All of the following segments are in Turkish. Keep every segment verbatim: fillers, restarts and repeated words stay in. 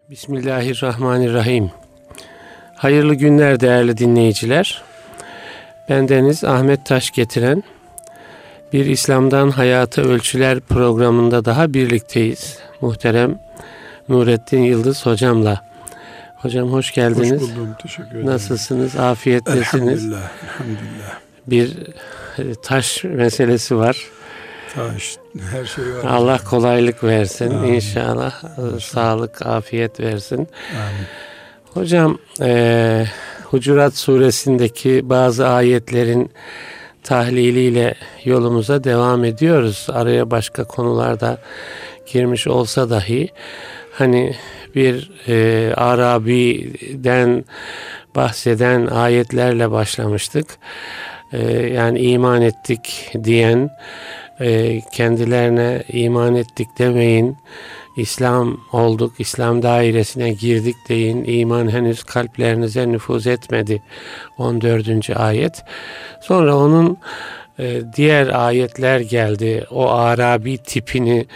Bismillahirrahmanirrahim. Hayırlı günler değerli dinleyiciler. Bendeniz Ahmet Taş getiren bir İslam'dan Hayata Ölçüler programında daha birlikteyiz. Muhterem Nurettin Yıldız hocamla. Hocam hoş geldiniz. Hoş buldum, teşekkür ederim. Nasılsınız? Afiyettesiniz. Elhamdülillah, elhamdülillah. Bir taş meselesi var. Taş, her şey var. Allah kolaylık versin. Amin. İnşallah. İnşallah. Sağlık, afiyet versin. Amin. Hocam, e, Hucurat suresindeki bazı ayetlerin tahliliyle yolumuza devam ediyoruz. Araya başka konularda girmiş olsa dahi hani bir e, Arabi'den bahseden ayetlerle başlamıştık. E, yani iman ettik diyen, e, kendilerine iman ettik demeyin, İslam olduk, İslam dairesine girdik deyin, iman henüz kalplerinize nüfuz etmedi. on dördüncü ayet. Sonra onun e, diğer ayetler geldi. O Arabi tipini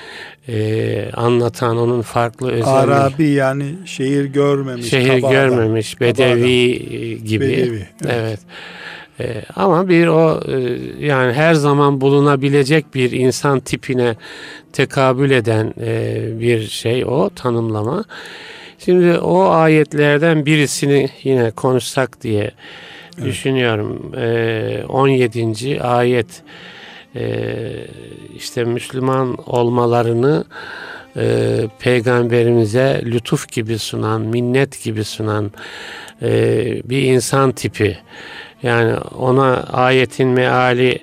e, anlatan, onun farklı özellikleri. Arabi yani şehir görmemiş. Şehir kaba görmemiş, adam, bedevi kaba gibi. Bedevi, evet. Evet. Ee, ama bir o e, yani her zaman bulunabilecek bir insan tipine tekabül eden e, bir şey o tanımlama. Şimdi o ayetlerden birisini yine konuşsak diye evet. düşünüyorum. Ee, on yedinci ayet e, işte Müslüman olmalarını e, Peygamberimize lütuf gibi sunan, minnet gibi sunan e, bir insan tipi. Yani ona ayetin meali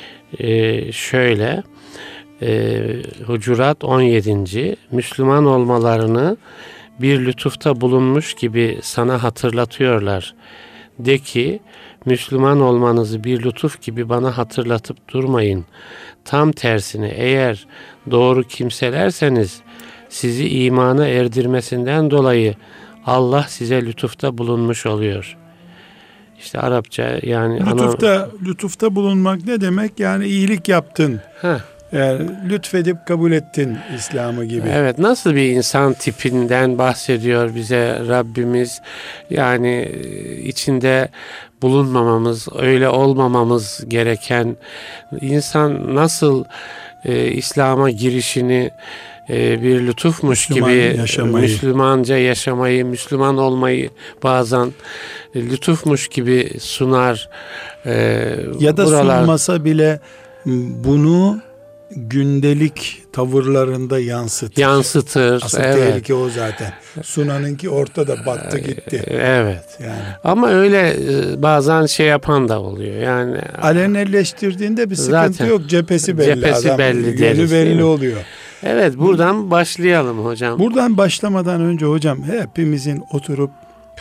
e, şöyle, e, Hucurat on yedinci Müslüman olmalarını bir lütufta bulunmuş gibi sana hatırlatıyorlar. De ki, Müslüman olmanızı bir lütuf gibi bana hatırlatıp durmayın. Tam tersine eğer doğru kimselerseniz sizi imana erdirmesinden dolayı Allah size lütufta bulunmuş oluyor. İşte Arapça yani lütufta, ana... lütufta bulunmak ne demek? Yani iyilik yaptın. Heh. Yani lütfedip kabul ettin İslam'ı gibi. Evet, nasıl bir insan tipinden bahsediyor bize Rabbimiz? Yani içinde bulunmamamız, öyle olmamamız gereken insan nasıl e, İslam'a girişini e, bir lütufmuş Müslüman gibi yaşamayı. Müslümanca yaşamayı, Müslüman olmayı bazen e, lütufmuş gibi sunar. E, ya da buralar... sunmasa bile bunu gündelik tavırlarında yansıtır. Yansıtır. Asıl evet. tehlike o zaten. Sunanınki ortada battı gitti. Evet. Yani. Ama öyle bazen şey yapan da oluyor. Yani alenileştirdiğinde bir sıkıntı zaten yok. Cephesi belli. Cephesi adam, belli yüzü deriz, belli oluyor. Evet, buradan başlayalım hocam. Buradan başlamadan önce hocam hepimizin oturup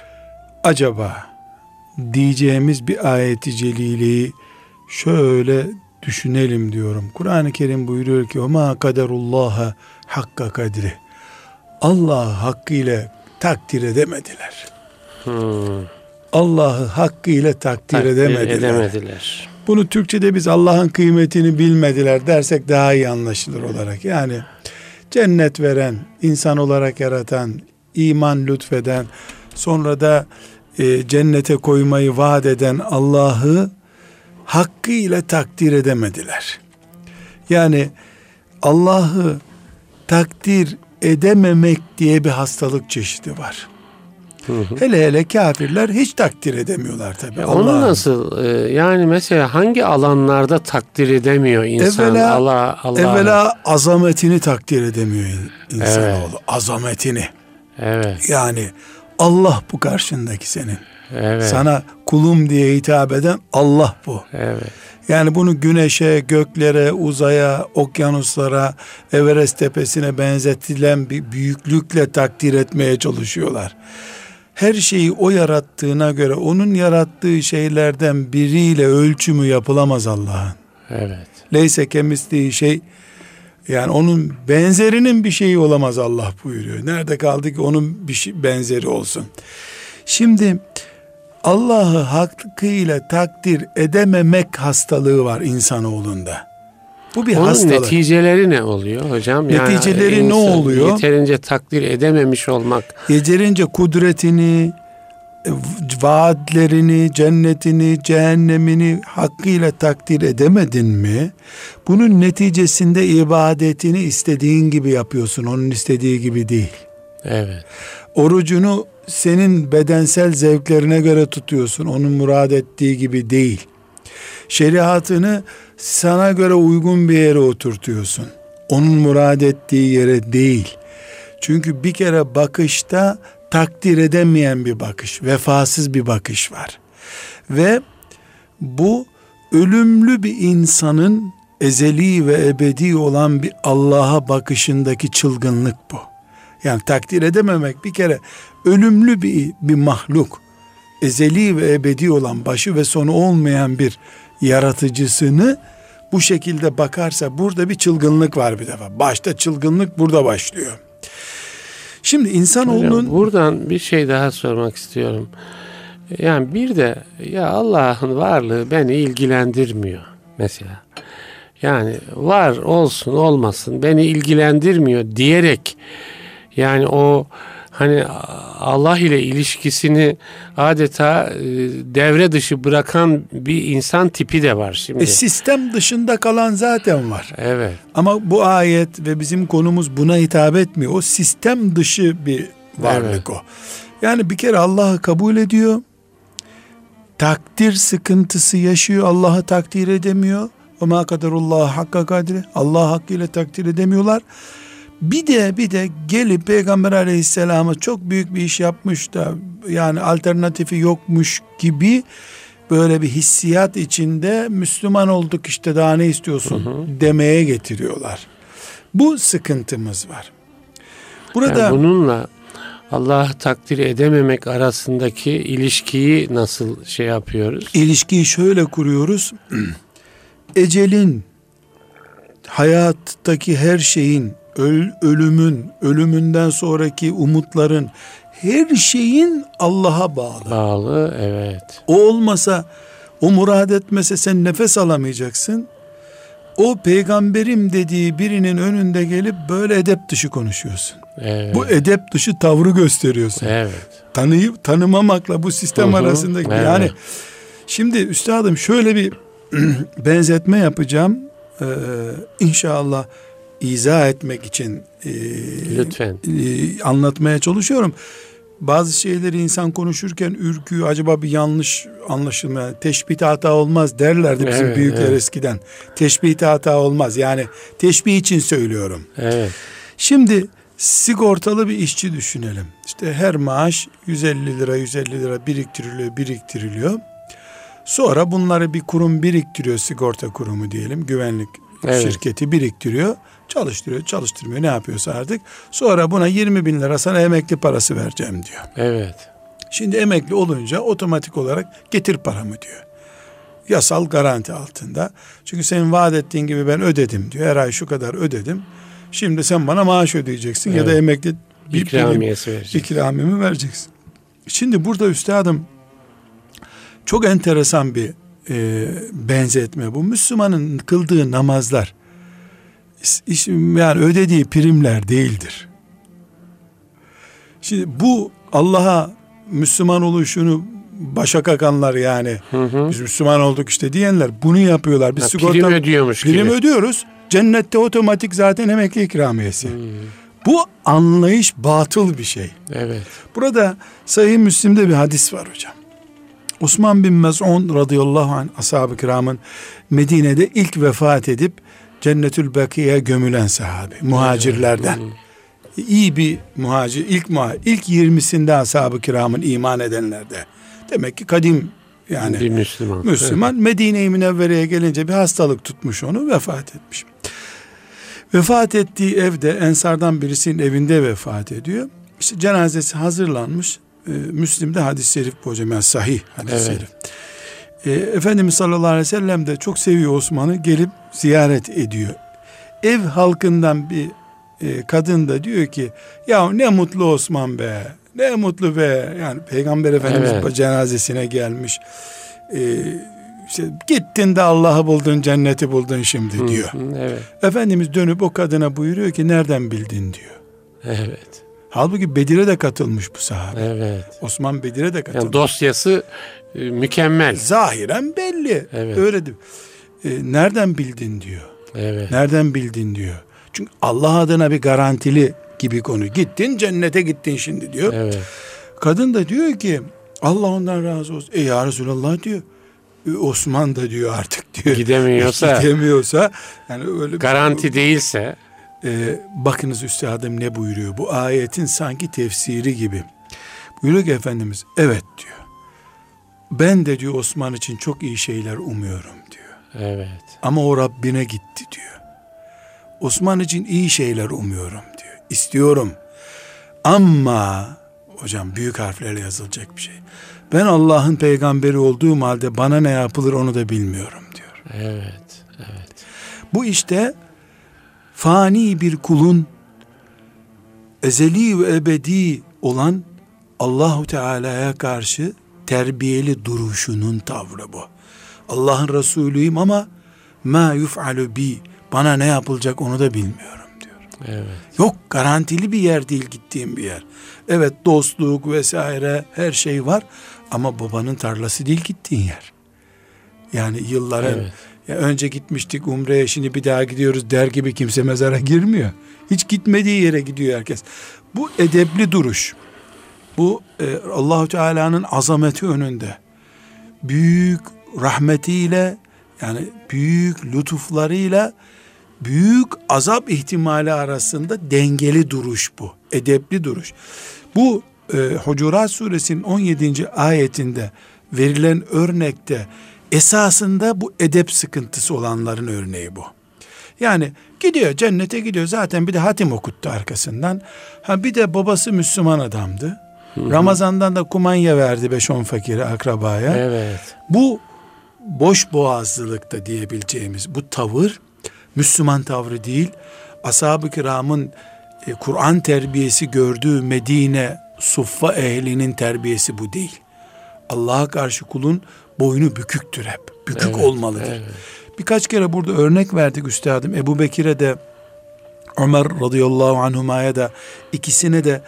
acaba diyeceğimiz bir ayeti celileyi şöyle düşünelim diyorum. Kur'an-ı Kerim buyuruyor ki وَمَا قَدَرُ اللّٰهَ حَقَّ قَدْرِ Allah'ı hakkıyla takdir edemediler. Hmm. Allah'ı hakkıyla takdir, takdir edemediler. edemediler. Bunu Türkçe'de biz Allah'ın kıymetini bilmediler dersek daha iyi anlaşılır olarak. Yani cennet veren, insan olarak yaratan, iman lütfeden, sonra da e, cennete koymayı vaat eden Allah'ı hakkıyla takdir edemediler. Yani Allah'ı takdir edememek diye bir hastalık çeşidi var. Hı hı. Hele hele kafirler hiç takdir edemiyorlar tabii. Onu nasıl e, yani mesela hangi alanlarda takdir edemiyor insan? Evvela, Allah, Allah. evvela azametini takdir edemiyor insanoğlu. Evet. Azametini. Evet. Yani Allah bu karşındaki senin. Evet. Sana kulum diye hitap eden Allah bu. Evet. Yani bunu güneşe, göklere, uzaya, okyanuslara, Everest tepesine benzetilen bir büyüklükle takdir etmeye çalışıyorlar. Her şeyi o yarattığına göre onun yarattığı şeylerden biriyle ölçümü yapılamaz Allah'ın. Evet. Leyse kemisliği şey, yani onun benzerinin bir şeyi olamaz Allah buyuruyor. Nerede kaldı ki onun bir şey, benzeri olsun. Şimdi Allah'ı hakkıyla takdir edememek hastalığı var insanoğlunda. Bu bir Onun hastalık. neticeleri ne oluyor hocam? Neticeleri yani ne oluyor? Yeterince takdir edememiş olmak. Yeterince kudretini, vaatlerini, cennetini, cehennemini hakkıyla takdir edemedin mi? Bunun neticesinde ibadetini istediğin gibi yapıyorsun. Onun istediği gibi değil. Evet. Orucunu senin bedensel zevklerine göre tutuyorsun. Onun murad ettiği gibi değil. Şeriatını sana göre uygun bir yere oturtuyorsun. Onun murad ettiği yere değil. Çünkü bir kere bakışta takdir edemeyen bir bakış, vefasız bir bakış var. Ve bu ölümlü bir insanın ezeli ve ebedi olan bir Allah'a bakışındaki çılgınlık bu. Yani takdir edememek bir kere ölümlü bir, bir mahluk, ezeli ve ebedi olan, başı ve sonu olmayan bir yaratıcısını bu şekilde bakarsa burada bir çılgınlık var bir defa. Başta çılgınlık burada başlıyor. Şimdi insanoğlunun... Hocam, buradan bir şey daha sormak istiyorum. Yani bir de ya Allah'ın varlığı beni ilgilendirmiyor mesela. Yani var olsun olmasın beni ilgilendirmiyor diyerek yani o hani Allah ile ilişkisini adeta devre dışı bırakan bir insan tipi de var şimdi. E, sistem dışında kalan zaten var. Evet. Ama bu ayet ve bizim konumuz buna hitap etmiyor. O sistem dışı bir varlık evet. o. Yani bir kere Allah'ı kabul ediyor. Takdir sıkıntısı yaşıyor. Allah'ı takdir edemiyor. Ve ma kaderullah hakka kadri. Allah hakkıyla takdir edemiyorlar. Bir de bir de gelip Peygamber Aleyhisselam'a çok büyük bir iş yapmış da yani alternatifi yokmuş gibi böyle bir hissiyat içinde Müslüman olduk işte daha ne istiyorsun hı hı. demeye getiriyorlar. Bu sıkıntımız var. Burada yani bununla Allah'ı takdir edememek arasındaki ilişkiyi nasıl şey yapıyoruz? İlişkiyi şöyle kuruyoruz. Ecelin, hayattaki her şeyin, öl, ölümün, ölümünden sonraki umutların, her şeyin Allah'a bağlı. Bağlı, evet. O olmasa, o murad etmese sen nefes alamayacaksın. O peygamberim dediği birinin önünde gelip böyle edep dışı konuşuyorsun. Evet. Bu edep dışı tavrı gösteriyorsun. Evet. Tanıyıp tanımamakla bu sistem Hı-hı. arasındaki evet. yani şimdi üstadım şöyle bir benzetme yapacağım. Ee, inşallah izah etmek için e, lütfen e, anlatmaya çalışıyorum. Bazı şeyleri insan konuşurken ürküyor. Acaba bir yanlış anlaşılma, yani teşbihte hata olmaz derlerdi bizim evet, büyükler evet. eskiden. Teşbihte hata olmaz. Yani teşbih için söylüyorum. Evet. Şimdi sigortalı bir işçi düşünelim. İşte her maaş yüz elli lira yüz elli lira biriktiriliyor, biriktiriliyor. Sonra bunları bir kurum biriktiriyor, sigorta kurumu diyelim, güvenlik evet. şirketi biriktiriyor, çalıştırıyor, çalıştırmıyor, ne yapıyorsa artık. Sonra buna yirmi bin lira sana emekli parası vereceğim diyor. Evet. Şimdi emekli olunca otomatik olarak getir paramı diyor. Yasal garanti altında. Çünkü senin vaat ettiğin gibi ben ödedim diyor. Her ay şu kadar ödedim. Şimdi sen bana maaş ödeyeceksin evet. ya da emekli bir ikramiyesi vereceksin. İkramimi vereceksin. Şimdi burada üstadım çok enteresan bir e, benzetme bu. Müslümanın kıldığı namazlar iş, yani ödediği primler değildir. Şimdi bu Allah'a Müslüman oluşunu başa kakanlar yani hı hı. biz Müslüman olduk işte diyenler bunu yapıyorlar. Biz ya, sigorta prim ödüyormuş prim gibi. ödüyoruz. Cennette otomatik zaten emekli ikramiyesi. Hmm. Bu anlayış batıl bir şey. Evet. Burada Sahih Müslim'de bir hadis var hocam. Osman bin Mez'un radıyallahu anh ashab-ı kiramın Medine'de ilk vefat edip Cennetül Baki'ye gömülen sahabe, muhacirlerden. Hmm. İyi bir muhacir, ilk muhacir, ilk yirmisinde ashab-ı kiramın iman edenlerde. Demek ki kadim yani bir Müslüman. Müslüman evet. Medine-i Münevvere'ye gelince bir hastalık tutmuş onu, vefat etmiş. Vefat ettiği evde ensardan birisinin evinde vefat ediyor. İşte cenazesi hazırlanmış. Ee, Müslim'de hadis-i şerif bu hocam, yani sahih hadis-i evet. şerif. Ee, Efendimiz sallallahu aleyhi ve sellem de çok seviyor Osman'ı, gelip ziyaret ediyor. Ev halkından bir e, kadın da diyor ki ya ne mutlu Osman be, ne mutlu be, yani Peygamber Efendimiz evet. cenazesine gelmiş. Ee, İşte gittin de Allah'ı buldun, cenneti buldun şimdi diyor. Hı, evet. Efendimiz dönüp o kadına buyuruyor ki nereden bildin diyor. Evet. Halbuki Bedir'e de katılmış bu sahabe. Evet. Osman Bedir'e de katılmış. Yani dosyası e, mükemmel. Zahiren belli. Evet. Öyle diyor. E, nereden bildin diyor. Evet. Nereden bildin diyor. Çünkü Allah adına bir garantili gibi konu. Gittin cennete gittin şimdi diyor. Evet. Kadın da diyor ki Allah ondan razı olsun. E ya Resulallah diyor. E, Osman da diyor artık diyor. Gidemiyorsa. Gidemiyorsa. Yani öyle Garanti bir, değilse. E, bakınız üstadım ne buyuruyor. Bu ayetin sanki tefsiri gibi. Buyuruyor ki Efendimiz evet diyor. Ben de diyor Osman için çok iyi şeyler umuyorum diyor. Evet. Ama o Rabbine gitti diyor. Osman için iyi şeyler umuyorum diyor. İstiyorum. Ama hocam büyük harflerle yazılacak bir şey. Ben Allah'ın peygamberi olduğum halde bana ne yapılır onu da bilmiyorum diyor. Evet. Evet. Bu işte fani bir kulun ezeli ve ebedi olan Allahu Teala'ya karşı terbiyeli duruşunun tavrı bu. Allah'ın Resulüyüm ama ma yuf'alu bi, bana ne yapılacak onu da bilmiyorum diyor. Evet. Yok, garantili bir yer değil gittiğim bir yer. Evet, dostluk vesaire her şey var ama babanın tarlası değil gittiğin yer. Yani yıllara Evet. ya önce gitmiştik umreye, şimdi bir daha gidiyoruz der gibi kimse mezara girmiyor. Hiç gitmediği yere gidiyor herkes. Bu edepli duruş. Bu e, Allahu Teala'nın azameti önünde büyük rahmetiyle, yani büyük lütuflarıyla büyük azap ihtimali arasında dengeli duruş bu. Edepli duruş. Bu e, Hucurat Suresinin on yedinci ayetinde verilen örnekte esasında bu edep sıkıntısı olanların örneği bu. Yani gidiyor cennete gidiyor, zaten bir de hatim okuttu arkasından. Ha bir de babası Müslüman adamdı. Hı hı. Ramazan'dan da kumanya verdi beş on fakire, akrabaya. Evet. Bu boş boğazlılıkta diyebileceğimiz bu tavır Müslüman tavrı değil. Ashab-ı kiramın e, Kur'an terbiyesi gördüğü Medine suffa ehlinin terbiyesi bu değil. Allah'a karşı kulun boynu büküktür hep. Bükük evet, olmalıdır. Evet. Birkaç kere burada örnek verdik üstadım. Ebu Bekir'e de Ömer radıyallahu anhuma'ya da ikisine de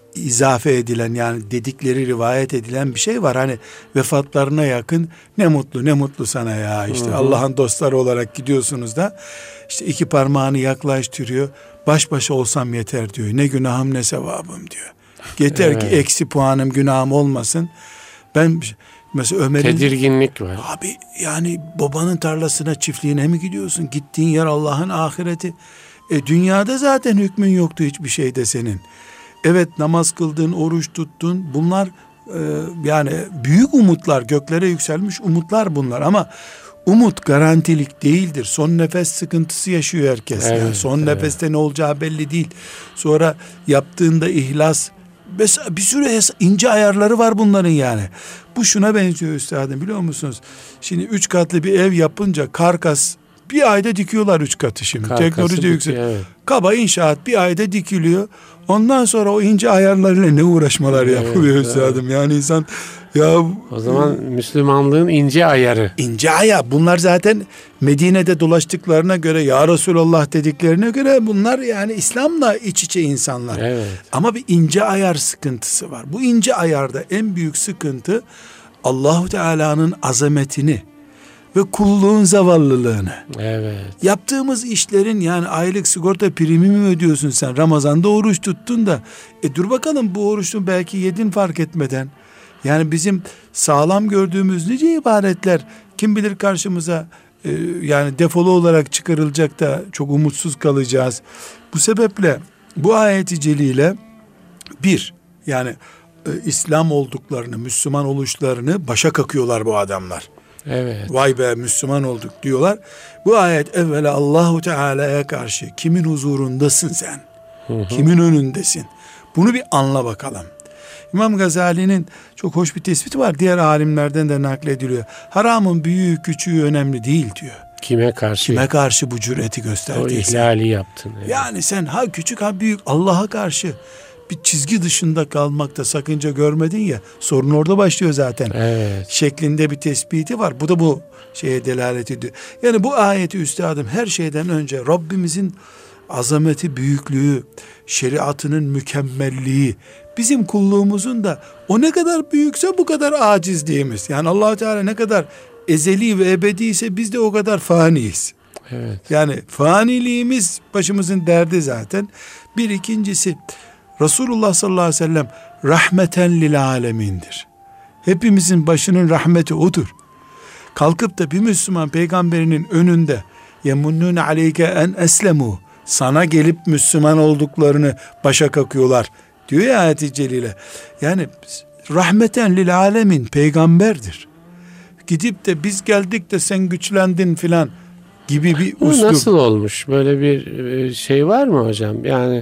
izafe edilen, yani dedikleri rivayet edilen bir şey var. Hani vefatlarına yakın ne mutlu ne mutlu sana ya işte Allah'ın dostları olarak gidiyorsunuz da işte iki parmağını yaklaştırıyor. Baş başa olsam yeter diyor. Ne günahım ne sevabım diyor. Yeter evet. ki eksi puanım günahım olmasın. Ben mesela Ömer'in tedirginlik var. Abi yani babanın tarlasına, çiftliğine mi gidiyorsun? Gittiğin yer Allah'ın ahireti. E dünyada zaten hükmün yoktu hiçbir şeyde senin. Evet, namaz kıldın, oruç tuttun. Bunlar e, yani büyük umutlar, göklere yükselmiş umutlar bunlar ama umut garantilik değildir. Son nefes sıkıntısı yaşıyor herkes. Evet, yani son evet. nefeste ne olacağı belli değil. Sonra yaptığında ihlas, mesela bir sürü ince ayarları var bunların yani. Bu şuna benziyor üstadım, biliyor musunuz? Şimdi üç katlı bir ev yapınca karkas bir ayda dikiyorlar üç katı şimdi. Karkası teknoloji yüksek. Evet. Kaba inşaat bir ayda dikiliyor. Ondan sonra o ince ayarlarıyla ne uğraşmalar evet, yapılıyor evet. üstadım. Yani insan ya o zaman e, Müslümanlığın ince ayarı. İnce ayar. Bunlar zaten Medine'de dolaştıklarına göre, ya Resulallah dediklerine göre bunlar yani İslam'la iç içe insanlar. Evet. Ama bir ince ayar sıkıntısı var. Bu ince ayarda en büyük sıkıntı Allahu Teala'nın azametini ve kulluğun zavallılığını. Evet. Yaptığımız işlerin, yani aylık sigorta primi mi ödüyorsun sen? Ramazan'da oruç tuttun da e dur bakalım, bu oruçlu belki yedin fark etmeden. Yani bizim sağlam gördüğümüz nice ibadetler kim bilir karşımıza e, yani defolu olarak çıkarılacak da çok umutsuz kalacağız. Bu sebeple bu ayet-i celile bir, yani e, İslam olduklarını, Müslüman oluşlarını başa kakıyorlar bu adamlar. Evet. Vay be Müslüman olduk diyorlar. Bu ayet evvela Allahu Teala'ya karşı kimin huzurundasın sen? Hı hı. Kimin önündesin? Bunu bir anla bakalım. İmam Gazali'nin çok hoş bir tespiti var. Diğer alimlerden de naklediliyor. Haramın büyüğü küçüğü önemli değil diyor. Kime karşı? Kime karşı bu cüreti gösterdiysen. O ihlali yaptın. Evet. Yani sen ha küçük ha büyük, Allah'a karşı bir çizgi dışında kalmakta sakınca görmedin ya, sorun orada başlıyor zaten. Evet. Şeklinde bir tespiti var. Bu da bu şeye delalet ediyor. Yani bu ayeti üstadım her şeyden önce Rabbimizin azameti, büyüklüğü, şeriatının mükemmelliği, bizim kulluğumuzun da o ne kadar büyükse bu kadar acizliğimiz. Yani Allah Teala ne kadar ezeli ve ebedi ise biz de o kadar faniyiz. Evet. Yani faniliğimiz başımızın derdi zaten. Bir ikincisi, Resulullah sallallahu aleyhi ve sellem rahmeten lil alemindir. Hepimizin başının rahmeti odur. Kalkıp da bir Müslüman peygamberinin önünde yemunnun aleyke en eslemu, sana gelip Müslüman olduklarını başa kakıyorlar diyor ya ayet-i celile. Yani rahmeten lil alemin peygamberdir. Gidip de biz geldik de sen güçlendin filan gibi bir Bu üslup. nasıl olmuş? Böyle bir şey var mı hocam? Yani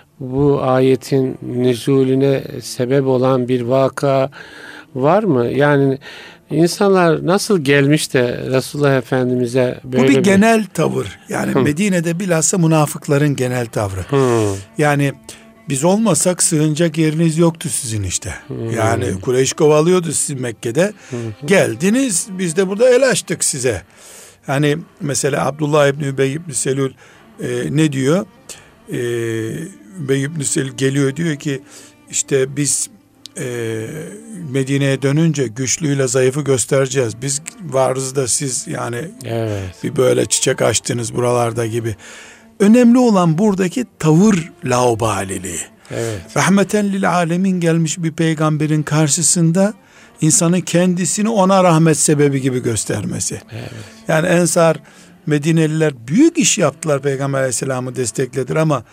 bu ayetin nüzulüne sebep olan bir vaka var mı? Yani insanlar nasıl gelmiş de Resulullah Efendimiz'e böyle bu bir, bir genel tavır. Yani Hı. Medine'de bilhassa münafıkların genel tavrı. Hı. Yani biz olmasak sığınacak yeriniz yoktu sizin işte. Hmm. Yani Kureyş kovalıyordu sizi Mekke'de. Hmm. Geldiniz, biz de burada el açtık size. Hani mesela Abdullah İbni Übey İbni Selül e, ne diyor? E, Übey İbni Selül geliyor diyor ki işte biz e, Medine'ye dönünce güçlüyle zayıfı göstereceğiz. Biz varız da siz yani evet. bir böyle çiçek açtınız buralarda gibi. Önemli olan buradaki tavır laubaliliği. Evet. Rahmeten lil alemin gelmiş bir peygamberin karşısında insanın kendisini ona rahmet sebebi gibi göstermesi. Evet. Yani Ensar, Medineliler büyük iş yaptılar, Peygamber Aleyhisselam'ı desteklediler ama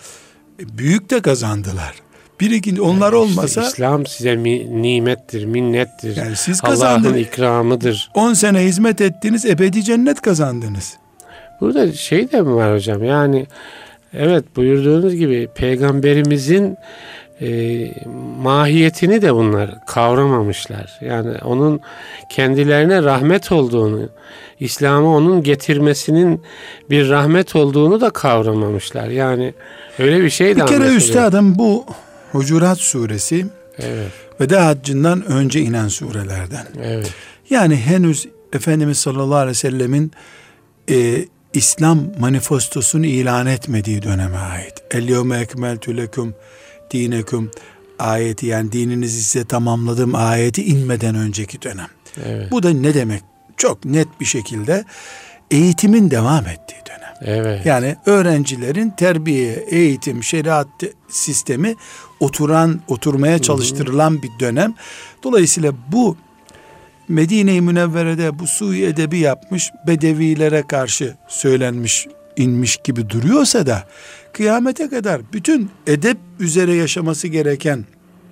büyük de kazandılar. Bir ikinci onlar yani işte olmasa İslam size mi, nimettir, minnettir. yani siz Allah'ın kazandınız. ikramıdır. on sene hizmet ettiniz, ebedi cennet kazandınız. Burada şey de mi var hocam? Yani evet buyurduğunuz gibi peygamberimizin e, mahiyetini de bunlar kavramamışlar. Yani onun kendilerine rahmet olduğunu, İslam'ı onun getirmesinin bir rahmet olduğunu da kavramamışlar. Yani öyle bir şey de Bir kere anlaşılıyor. üstadım bu Hucurat suresi Evet. Veda haccından önce inen surelerden. Evet. Yani henüz Efendimiz sallallahu aleyhi ve sellemin e, İslam manifestosunu ilan etmediği döneme ait. El-yevme ekmeltü leküm dinekum ayeti, yani dininizi size tamamladım ayeti inmeden önceki dönem. Evet. Bu da ne demek? Çok net bir şekilde eğitimin devam ettiği dönem. Evet. Yani öğrencilerin terbiye, eğitim, şeriat sistemi oturan, oturmaya çalıştırılan bir dönem. Dolayısıyla bu Medine-i Münevvere'de bu sui edebi yapmış bedevilere karşı söylenmiş, inmiş gibi duruyorsa da kıyamete kadar bütün edep üzere yaşaması gereken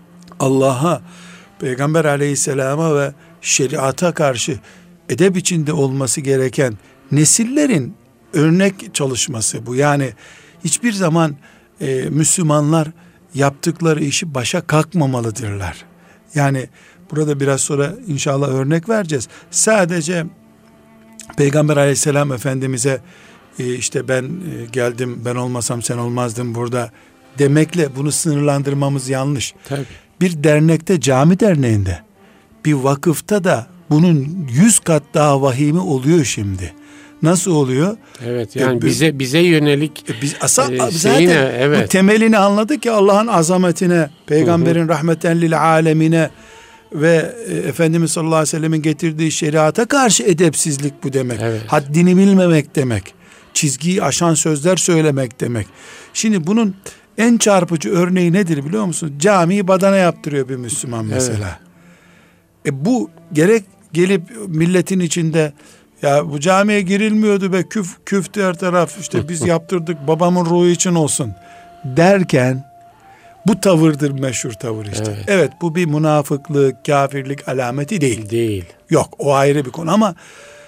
Allah'a, Peygamber Aleyhisselam'a ve şeriata karşı edep içinde olması gereken nesillerin örnek çalışması bu. Yani hiçbir zaman e, Müslümanlar yaptıkları işi başa kalkmamalıdırlar. Yani burada biraz sonra inşallah örnek vereceğiz. Sadece Peygamber Aleyhisselam Efendimiz'e e, işte ben e, geldim, ben olmasam sen olmazdın burada demekle bunu sınırlandırmamız yanlış. Tabii. Bir dernekte, cami derneğinde, bir vakıfta da bunun yüz kat daha vahimi oluyor şimdi. Nasıl oluyor? Evet, yani E, bize bize yönelik e, biz asa, e, zaten şeyine, evet. bu temelini anladık ki Allah'ın azametine, Peygamberin hı hı. rahmeten lil alemine ve e, Efendimiz sallallahu aleyhi ve sellemin getirdiği şeriata karşı edepsizlik bu demek. Evet. Haddini bilmemek demek. Çizgiyi aşan sözler söylemek demek. Şimdi bunun en çarpıcı örneği nedir biliyor musun? Camiyi badana yaptırıyor bir Müslüman mesela. Evet. E bu gerek gelip milletin içinde ya bu camiye girilmiyordu be, küf küftü her taraf, işte biz yaptırdık babamın ruhu için olsun derken bu tavırdır meşhur tavır işte. Evet. Evet, bu bir münafıklık, kafirlik alameti değil. Değil. Yok, o ayrı bir konu ama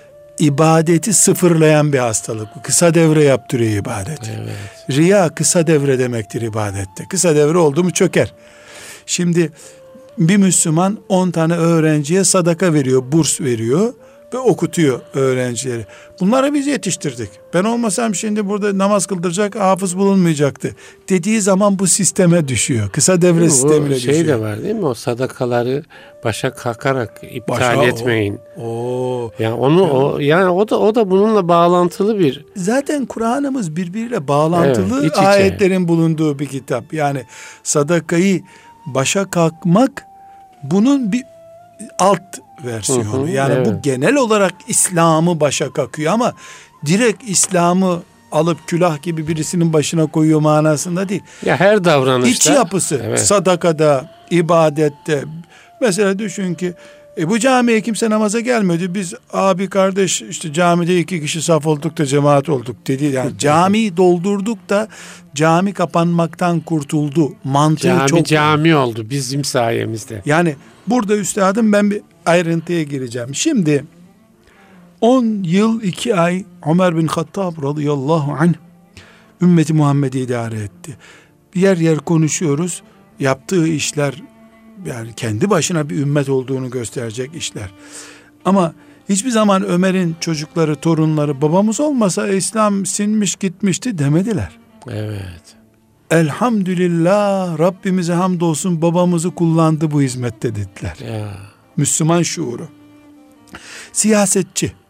ibadeti sıfırlayan bir hastalık. Kısa devre yaptırıyor ibadeti. Evet. Riya kısa devre demektir ibadette. Kısa devre oldu mu çöker. Şimdi bir Müslüman on tane öğrenciye sadaka veriyor, burs veriyor. ve okutuyor öğrencileri. Bunları biz yetiştirdik. Ben olmasam şimdi burada namaz kıldıracak hafız bulunmayacaktı dediği zaman bu sisteme düşüyor. Kısa devre bu sistemine şey düşüyor. de var değil mi? O sadakaları başa kalkarak iptal Başa, etmeyin. O, o. Yani onu o yani o da o da bununla bağlantılı bir. Zaten Kur'an'ımız birbiriyle bağlantılı Evet, iç içe. ayetlerin bulunduğu bir kitap. Yani sadakayı başa kalkmak bunun bir alt versiyonu. Hı hı, yani evet. bu genel olarak İslam'ı başa kakıyor ama direkt İslam'ı alıp külah gibi birisinin başına koyuyor manasında değil. Ya her davranışta. İç yapısı, Evet. sadakada, ibadette. Mesela düşün ki e bu camiye kimse namaza gelmedi. Biz abi kardeş işte camide iki kişi saf olduk da cemaat olduk dedi. Yani camiyi doldurduk da cami kapanmaktan kurtuldu. Mantığı Cami çok. cami oldu bizim sayemizde. Yani burada üstadım ben bir ayrıntıya gireceğim. Şimdi on yıl iki ay Ömer bin Hattab radıyallahu anh ümmeti Muhammed'i idare etti. Yer yer konuşuyoruz. Yaptığı işler yani kendi başına bir ümmet olduğunu gösterecek işler. Ama hiçbir zaman Ömer'in çocukları, torunları babamız olmasa İslam sinmiş gitmişti demediler. Evet. Elhamdülillah Rabbimize hamdolsun babamızı kullandı bu hizmette dediler. Ya. Müslüman şuuru. Siyasetçi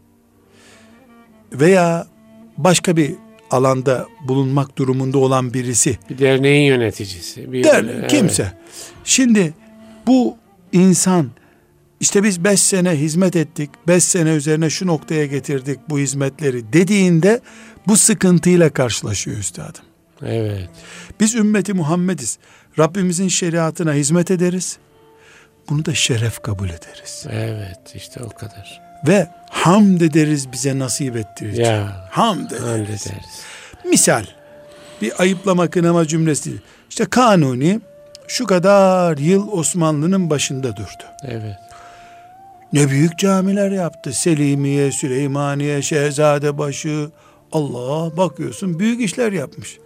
veya başka bir alanda bulunmak durumunda olan birisi. Bir derneğin yöneticisi. Bir, Der, evet. kimse. Şimdi bu insan işte biz beş sene hizmet ettik, beş sene üzerine şu noktaya getirdik bu hizmetleri dediğinde bu sıkıntıyla karşılaşıyor üstadım. Evet. Biz ümmeti Muhammediz. Rabbimizin şeriatına hizmet ederiz. Bunu da şeref kabul ederiz. Evet işte o kadar. Ve hamd ederiz bize nasip ettiği için. Ya. Hamd ederiz. Hamd ederiz. Misal bir ayıplama kınama cümlesi değil. İşte Kanuni şu kadar yıl Osmanlı'nın başında durdu. Evet. Ne büyük camiler yaptı. Selimiye, Süleymaniye, Şehzadebaşı. Allah bakıyorsun büyük işler yapmış.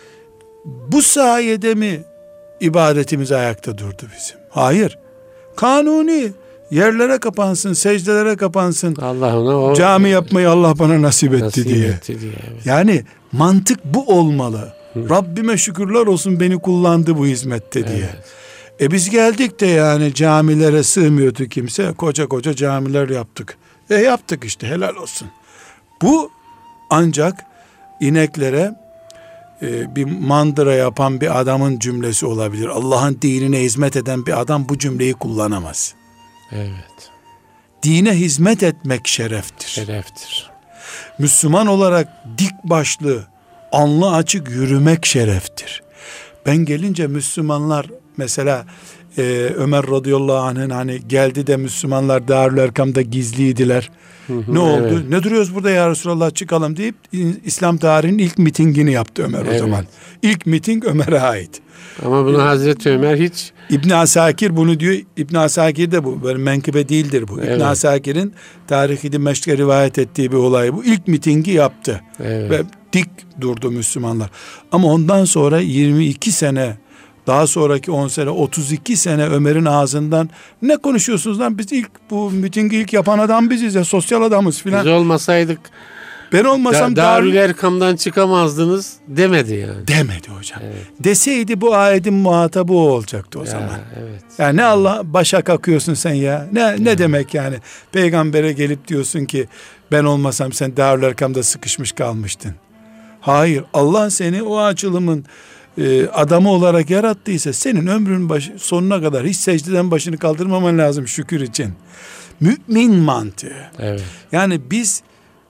Bu sayede mi ibadetimiz ayakta durdu bizim? Hayır. Kanuni yerlere kapansın, secdelere kapansın. Allah ona o Cami yapmayı Allah bana nasip etti nasip diye. etti diye. Evet. Yani mantık bu olmalı. Hı. Rabbime şükürler olsun beni kullandı bu hizmette diye. Evet. E biz geldik de yani camilere sığmıyordu kimse. Koca koca camiler yaptık. E yaptık işte helal olsun. Bu ancak ineklere e, bir mandıra yapan bir adamın cümlesi olabilir. Allah'ın dinine hizmet eden bir adam bu cümleyi kullanamaz. Evet. Dine hizmet etmek şereftir. Şereftir. Müslüman olarak dik başlı, alnı açık yürümek şereftir. Ben gelince Müslümanlar mesela e, Ömer radıyallahu anh'ın hani geldi de Müslümanlar Darül Erkam'da gizliydiler. Hı hı, ne oldu? Evet. Ne duruyoruz burada ya Resulallah çıkalım deyip İslam tarihinin ilk mitingini yaptı Ömer evet. o zaman. İlk miting Ömer'e ait. Ama bunu Hazreti Ömer hiç... İbn Asakir bunu diyor. İbn Asakir de bu. Böyle menkıbe değildir bu. Evet. İbn Asakir'in Tarih-i Dimeşk'e rivayet ettiği bir olay bu. İlk mitingi yaptı. Evet. Ve dik durdu Müslümanlar. Ama ondan sonra yirmi iki sene, daha sonraki on sene, otuz iki sene Ömer'in ağzından ne konuşuyorsunuz lan? Biz ilk bu mitingi ilk yapan adam biziz ya. Sosyal adamız filan. Biz olmasaydık ben olmasam da, Darül Erkam'dan çıkamazdınız demedi yani. Demedi hocam. Evet. Deseydi bu ayetin muhatabı o olacaktı o ya, zaman. Evet. Yani ne Allah başa kakıyorsun sen ya. Ne evet. ne demek yani? Peygambere gelip diyorsun ki ben olmasam sen Darül Erkam'da sıkışmış kalmıştın. Hayır. Allah seni o açılımın e, adamı olarak yarattıysa senin ömrün başı, sonuna kadar hiç secdeden başını kaldırmaman lazım şükür için. Mümin mantığı. Evet. Yani biz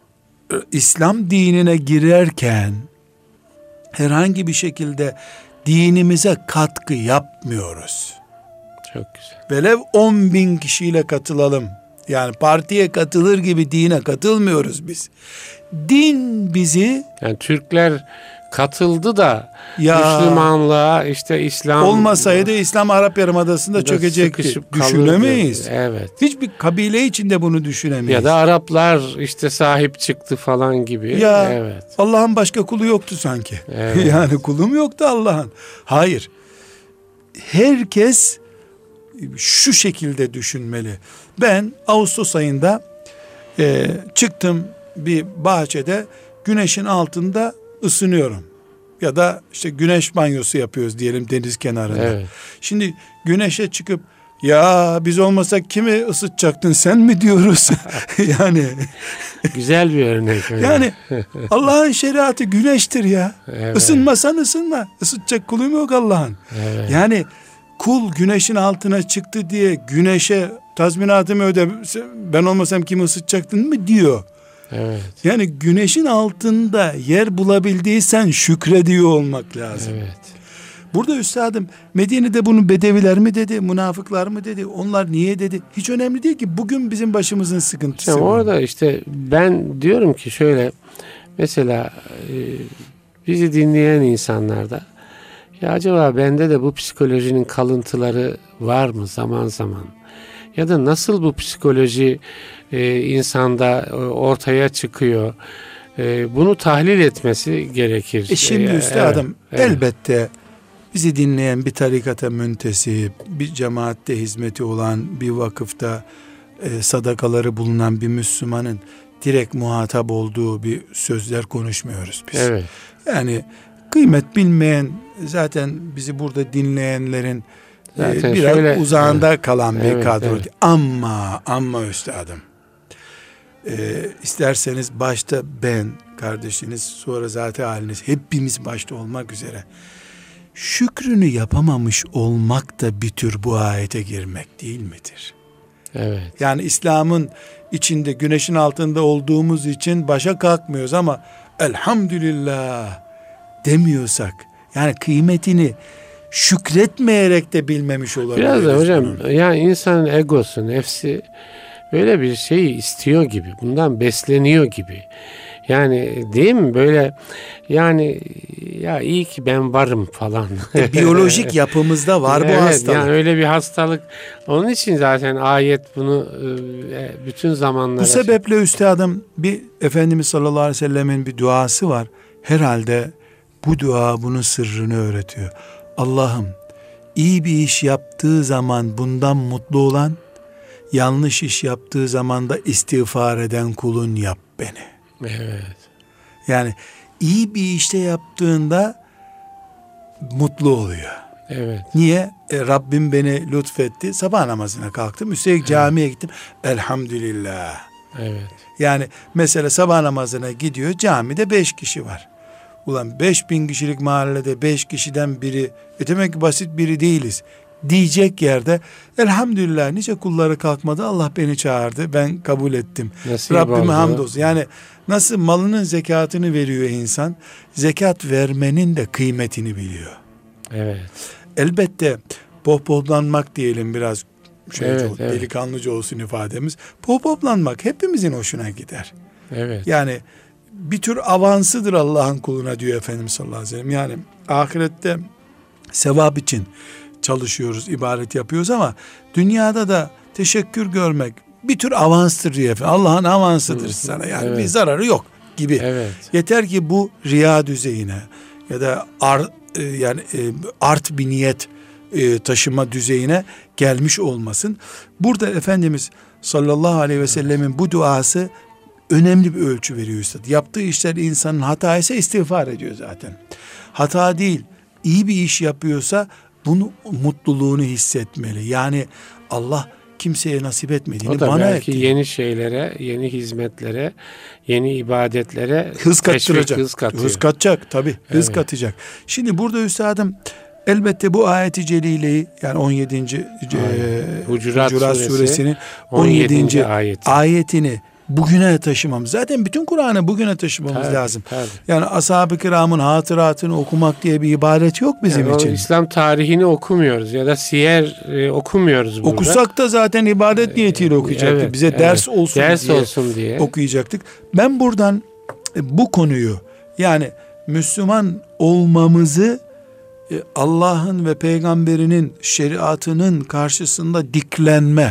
İslam dinine girerken herhangi bir şekilde dinimize katkı yapmıyoruz. Çok güzel. Velev on bin kişiyle katılalım. Yani partiye katılır gibi dine katılmıyoruz biz. Din bizi... Yani Türkler katıldı da ya, Müslümanlığa işte İslam... Olmasaydı İslam Arap Yarımadası'nda çökecekti. Düşünemeyiz. Evet. Hiçbir kabile içinde bunu düşünemeyiz. Ya da Araplar işte sahip çıktı falan gibi. Ya evet. Allah'ın başka kulu yoktu sanki. Evet. Yani kulum yoktu Allah'ın. Hayır. Herkes şu şekilde düşünmeli. Ben Ağustos ayında Ee, çıktım bir bahçede, güneşin altında ısınıyorum. Ya da işte güneş banyosu yapıyoruz diyelim deniz kenarında. Evet. Şimdi güneşe çıkıp ya biz olmasak kimi ısıtacaktın sen mi diyoruz? Yani güzel bir örnek. Öyle. yani Allah'ın şeriatı güneştir ya. Evet. Isınmasan ısınma. Isıtacak kulum yok Allah'ın. Evet. Yani kul güneşin altına çıktı diye güneşe tazminatımı öde, ben olmasam kimi ısıtacaktın mı diyor. Evet. Yani güneşin altında yer bulabildiysen şükrediyor olmak lazım. Evet. Burada üstadım Medine'de bunu bedeviler mi dedi, münafıklar mı dedi, onlar niye dedi? Hiç önemli değil ki, bugün bizim başımızın sıkıntısı. Yani orada işte ben diyorum ki şöyle, mesela e, bizi dinleyen insanlarda ya acaba bende de bu psikolojinin kalıntıları var mı zaman zaman? Ya da nasıl bu psikoloji e, insanda e, ortaya çıkıyor? E, bunu tahlil etmesi gerekir. E şimdi E, üstadım evet, evet. elbette bizi dinleyen bir tarikata müntesip, bir cemaatte hizmeti olan, bir vakıfta e, sadakaları bulunan bir Müslümanın direkt muhatap olduğu bir sözler konuşmuyoruz biz. Evet. Yani kıymet bilmeyen, zaten bizi burada dinleyenlerin e, biraz şöyle, uzağında evet, kalan bir evet, kadro. evet. Ama ama üstadım e, isterseniz başta ben, kardeşiniz, sonra zaten haliniz, hepimiz başta olmak üzere şükrünü yapamamış olmak da bir tür bu ayete girmek değil midir? Evet. Yani İslam'ın içinde, güneşin altında olduğumuz için başa kalkmıyoruz ama elhamdülillah demiyorsak, yani kıymetini şükretmeyerek de bilmemiş olabiliriz. Biraz da hocam bunun. yani insanın egosu, nefsi böyle bir şeyi istiyor gibi, bundan besleniyor gibi. Yani değil mi böyle, yani ya iyi ki ben varım falan. E, biyolojik yapımızda var evet, bu hastalık. Yani öyle bir hastalık. Onun için zaten ayet bunu e, bütün zamanlara... Bu sebeple üstadım bir Efendimiz sallallahu aleyhi ve sellemin bir duası var. Herhalde bu dua bunun sırrını öğretiyor. Allah'ım iyi bir iş yaptığı zaman bundan mutlu olan, yanlış iş yaptığı zaman da istiğfar eden kulun yap beni. Evet. Yani iyi bir işte yaptığında mutlu oluyor. Evet. Niye? E, Rabbim beni lütfetti. Sabah namazına kalktım. Üstelik evet. Camiye gittim. Elhamdülillah. Evet. Yani mesela sabah namazına gidiyor. Camide beş kişi var. Ulan beş bin kişilik mahallede beş kişiden biri, e demek ki basit biri değiliz diyecek yerde elhamdülillah nice kulları kalkmadı, Allah beni çağırdı, ben kabul ettim. Nasip Rabbime oldu. Hamdolsun. Yani nasıl malının zekatını veriyor insan, zekat vermenin de kıymetini biliyor. Evet. Elbette pohpohlanmak diyelim, biraz şey evet, olsun, evet. delikanlıca olsun ifademiz. Pohpohlanmak hepimizin hoşuna gider. Evet. Yani bir tür avansıdır Allah'ın kuluna diyor Efendimiz sallallahu aleyhi ve sellem. Yani ahirette sevap için çalışıyoruz, ibadet yapıyoruz ama dünyada da teşekkür görmek bir tür avanstır diyor efendim. Allah'ın avansıdır sana, yani evet. bir zararı yok gibi. Evet. Yeter ki bu riya düzeyine ya da ar, yani art bir niyet taşıma düzeyine gelmiş olmasın. Burada Efendimiz sallallahu aleyhi ve sellemin bu duası önemli bir ölçü veriyor üstad. Yaptığı işler insanın hata ise istiğfar ediyor zaten. Hata değil, iyi bir iş yapıyorsa bunu, mutluluğunu hissetmeli. Yani Allah kimseye nasip etmediğini o da bana belki etti. Yeni şeylere, yeni hizmetlere, yeni ibadetlere hız kattıracak. Hız, hız katacak tabii. Evet. Hız katacak. Şimdi burada üstadım elbette bu ayeti celileyi, yani on yedinci E, Hucurat, Hucurat suresi, suresinin on yedinci ayeti. ayetini bugüne taşımamız. Zaten bütün Kur'an'ı bugüne taşımamız tabii, lazım. Tabii. Yani ashab-ı kiramın hatıratını okumak diye bir ibadet yok bizim yani için. İslam tarihini okumuyoruz ya da siyer e, okumuyoruz burada. Okusak da zaten ibadet niyetiyle okuyacaktık. Evet, Bize evet. ders olsun ders diye, olsun diye okuyacaktık. Ben buradan bu konuyu, yani Müslüman olmamızı Allah'ın ve peygamberinin şeriatının karşısında diklenme,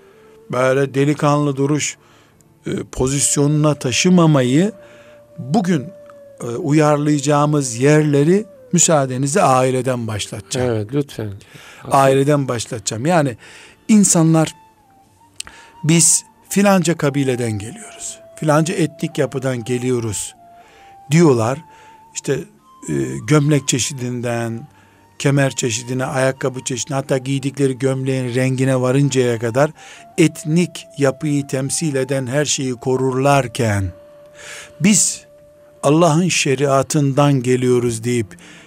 böyle delikanlı duruş pozisyonuna taşımamayı, bugün e, uyarlayacağımız yerleri müsaadenizle aileden başlatacağım. Evet, lütfen. Aileden başlatacağım. Yani insanlar, biz filanca kabileden geliyoruz, filanca etnik yapıdan geliyoruz diyorlar. İşte e, gömlek çeşidinden, kemer çeşidine, ayakkabı çeşidine, hatta giydikleri gömleğin rengine varıncaya kadar etnik yapıyı temsil eden her şeyi korurlarken, biz Allah'ın şeriatından geliyoruz deyip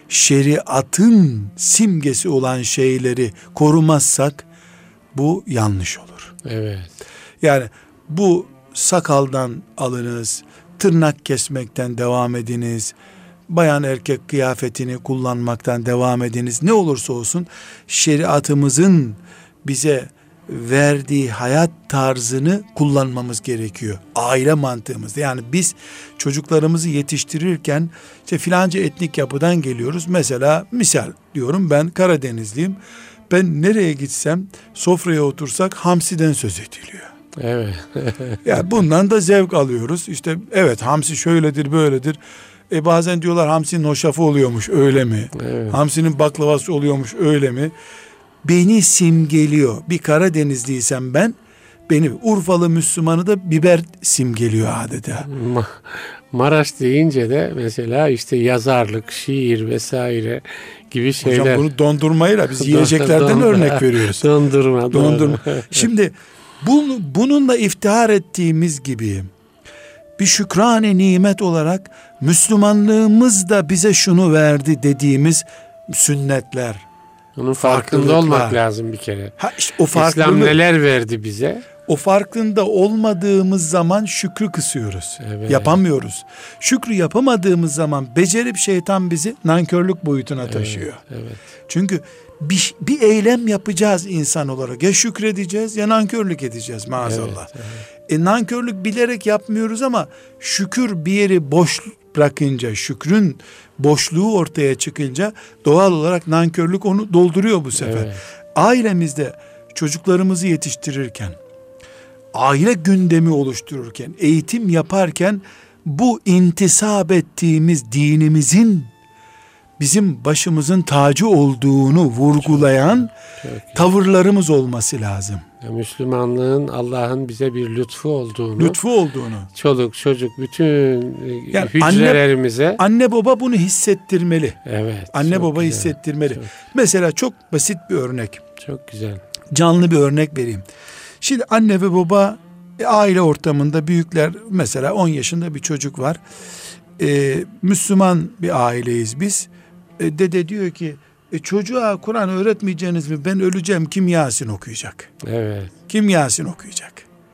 şeriatın simgesi olan şeyleri korumazsak bu yanlış olur. Evet. Yani bu sakaldan alınız, tırnak kesmekten devam ediniz, bayan erkek kıyafetini kullanmaktan devam ediniz. Ne olursa olsun şeriatımızın bize verdiği hayat tarzını kullanmamız gerekiyor. Aile mantığımızda. Yani biz çocuklarımızı yetiştirirken işte filanca etnik yapıdan geliyoruz. Mesela misal diyorum, ben Karadenizliyim. Ben nereye gitsem, sofraya otursak hamsiden söz ediliyor. Evet. Yani bundan da zevk alıyoruz. İşte evet, hamsi şöyledir, böyledir. E bazen diyorlar hamsinin hoşafı oluyormuş, öyle mi? Evet. Hamsinin baklavası oluyormuş, öyle mi? Beni simgeliyor. Bir Karadenizliysem ben, beni Urfalı Müslümanı da biber simgeliyor adeta. Ma- Maraş deyince de mesela işte yazarlık, şiir vesaire gibi şeyler. Hocam bunu dondurmayla biz yiyeceklerden Dondurma. örnek veriyoruz. Dondurma. Dondurma. Şimdi bunu, bununla iftihar ettiğimiz gibi bir şükrane nimet olarak Müslümanlığımız da bize şunu verdi dediğimiz sünnetler. Onun farkında olmak lazım bir kere. Ha işte o farklılık, İslam neler verdi bize? o farkında olmadığımız zaman şükrü kısıyoruz. Evet. Yapamıyoruz. Şükrü yapamadığımız zaman becerip şeytan bizi nankörlük boyutuna taşıyor. Evet, evet. Çünkü bir, bir eylem yapacağız insan olarak. Ya şükredeceğiz ya nankörlük edeceğiz maazallah. Evet, evet. E, nankörlük bilerek yapmıyoruz ama şükür bir yeri boş bırakınca, şükrün boşluğu ortaya çıkınca doğal olarak nankörlük onu dolduruyor bu sefer. Evet. Ailemizde çocuklarımızı yetiştirirken, aile gündemi oluştururken, eğitim yaparken bu intisap ettiğimiz dinimizin bizim başımızın tacı olduğunu vurgulayan Çok iyi. tavırlarımız olması lazım. Ya Müslümanlığın Allah'ın bize bir lütfu olduğunu, Lütfu olduğunu. çoluk çocuk bütün Yani hücrelerimize Anne, anne baba bunu hissettirmeli. evet. Anne çok baba güzel, hissettirmeli. Çok, Mesela çok basit bir örnek. çok güzel. Canlı bir örnek vereyim. Şimdi anne ve baba e, aile ortamında, büyükler, mesela on yaşında bir çocuk var. E, Müslüman bir aileyiz biz. E, dede diyor ki e, çocuğa Kur'an öğretmeyeceğiniz mi? Ben öleceğim, kim Yasin okuyacak? Evet. Kim Yasin okuyacak?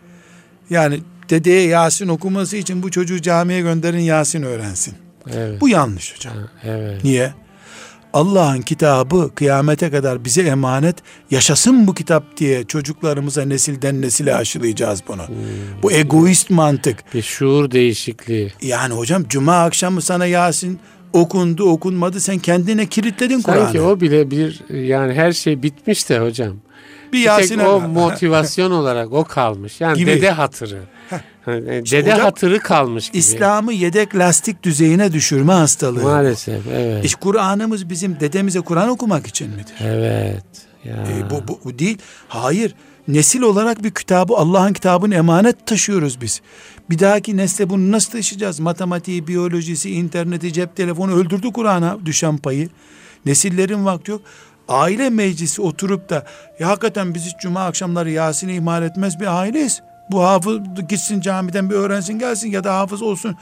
Yani dedeye Yasin okuması için bu çocuğu camiye gönderin, Yasin öğrensin. Evet. Bu yanlış hocam. Ha, evet. Niye? Allah'ın kitabı kıyamete kadar bize emanet, yaşasın bu kitap diye çocuklarımıza nesilden nesile aşılayacağız bunu. Hmm. Bu egoist mantık. Bir şuur değişikliği. Yani hocam cuma akşamı sana Yasin okundu okunmadı, sen kendine kilitledin Kur'an'ı. Sanki o bile bir, yani her şey bitmiş de hocam. bir Bir Yasin tek o motivasyon olarak o kalmış. Yani Gibi. dede hatırı. Hani İşte dede hocam, hatırı kalmış gibi. İslam'ı yedek lastik düzeyine düşürme hastalığı. Maalesef evet. İşte Kur'an'ımız bizim dedemize Kur'an okumak için midir? Evet. Ya. E, bu, bu, bu değil. Hayır. Nesil olarak bir kitabı, Allah'ın kitabını emanet taşıyoruz biz. Bir dahaki nesle bunu nasıl taşıyacağız? Matematiği, biyolojisi, interneti, cep telefonu öldürdü Kur'an'a düşen payı. Nesillerin vakti yok. Aile meclisi oturup da ya hakikaten biz hiç cuma akşamları Yasin'i ihmal etmez bir aileyiz. Bu hafız gitsin camiden bir öğrensin gelsin ya da hafız olsun.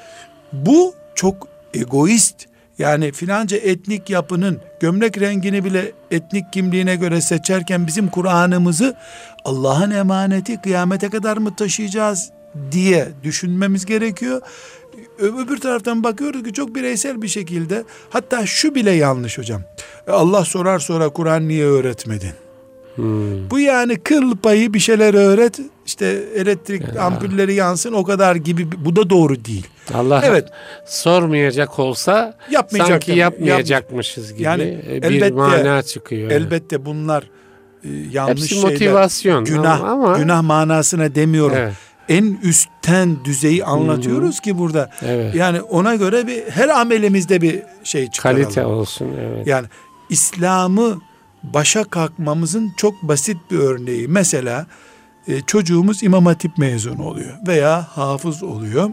Bu çok egoist. Yani filanca etnik yapının gömlek rengini bile etnik kimliğine göre seçerken bizim Kur'an'ımızı Allah'ın emaneti kıyamete kadar mı taşıyacağız diye düşünmemiz gerekiyor. Öbür taraftan bakıyoruz ki çok bireysel bir şekilde, hatta şu bile yanlış hocam. Allah sorar sonra Kur'an niye öğretmedin? Hmm. Bu yani kıl payı bir şeyler öğret, işte elektrik Ya. ampulleri yansın o kadar gibi, bu da doğru değil. Allah Evet. sormayacak olsa Yapmayacak sanki tabii. yapmayacakmışız gibi Yani bir elbette- mana çıkıyor. Elbette bunlar e, yanlış Hepsi şeyler. motivasyon Günah, ama, ama günah manasına demiyorum. evet, En üstten düzeyi anlatıyoruz ki burada. evet. Yani ona göre bir her amelimizde bir şey çıkaralım. Kalite olsun, evet. Yani İslam'ı başa kalkmamızın çok basit bir örneği. Mesela e, çocuğumuz İmam Hatip mezunu oluyor veya hafız oluyor.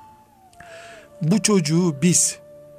Bu çocuğu biz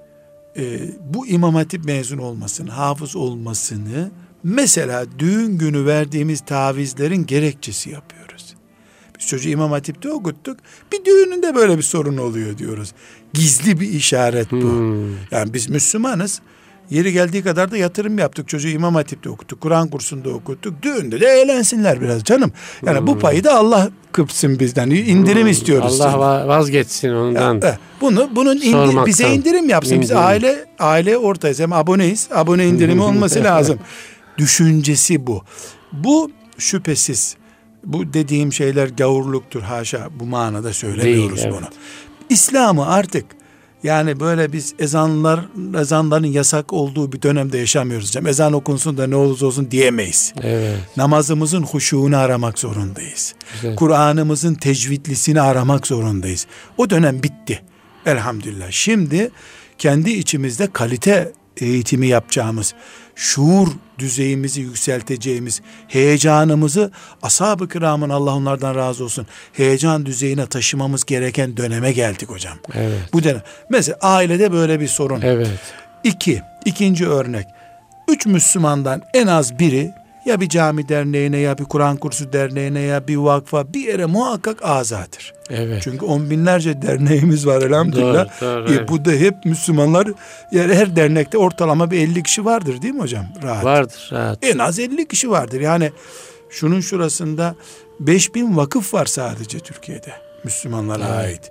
e, bu İmam Hatip mezunu olmasını, hafız olmasını mesela düğün günü verdiğimiz tavizlerin gerekçesi yapıyoruz. Biz çocuğu İmam Hatip'te okuttuk. Bir düğününde böyle bir sorun oluyor diyoruz. Gizli bir işaret bu. Hmm. Yani biz Müslümanız. Yeri geldiği kadar da yatırım yaptık. Çocuğu İmam Hatip'te okuttuk. Kur'an kursunda okuttuk. Düğünde de eğlensinler biraz canım. Yani hmm. bu payı da Allah kıpsın bizden. İndirim hmm. istiyoruz. Allah sana. Vazgeçsin ondan. Ya, bunu bunun indi, bize indirim yapsın. İndirim. Biz aile aile ortayız. Hem aboneyiz. Abone indirimi olması lazım. Düşüncesi bu. Bu şüphesiz bu dediğim şeyler gavurluktur. Haşa, bu manada söylemiyoruz Değil, bunu. Evet. İslam'ı artık yani böyle biz ezanlar ezanların yasak olduğu bir dönemde yaşamıyoruz. Canım. Ezan okunsun da ne olursa olsun diyemeyiz. Evet. Namazımızın huşuğunu aramak zorundayız. Kur'an'ımızın tecvidlisini aramak zorundayız. O dönem bitti. Elhamdülillah. Şimdi kendi içimizde kalite eğitimi yapacağımız, şuur düzeyimizi yükselteceğimiz, heyecanımızı ashab-ı kiramın, Allah onlardan razı olsun, heyecan düzeyine taşımamız gereken döneme geldik hocam. Evet. Bu dönem. Mesela ailede böyle bir sorun. Evet. İki, ikinci örnek. Üç Müslümandan en az biri ya bir cami derneğine ya bir Kur'an kursu derneğine ya bir vakfa bir yere muhakkak azadır. Evet. Çünkü on binlerce derneğimiz var elhamdülillah. Doğru, doğru, e, evet. Bu da hep Müslümanlar, yani her dernekte ortalama bir elli kişi vardır değil mi hocam? Rahat. Vardır rahat. En az elli kişi vardır. Yani şunun şurasında beş bin vakıf var sadece Türkiye'de Müslümanlara evet. ait.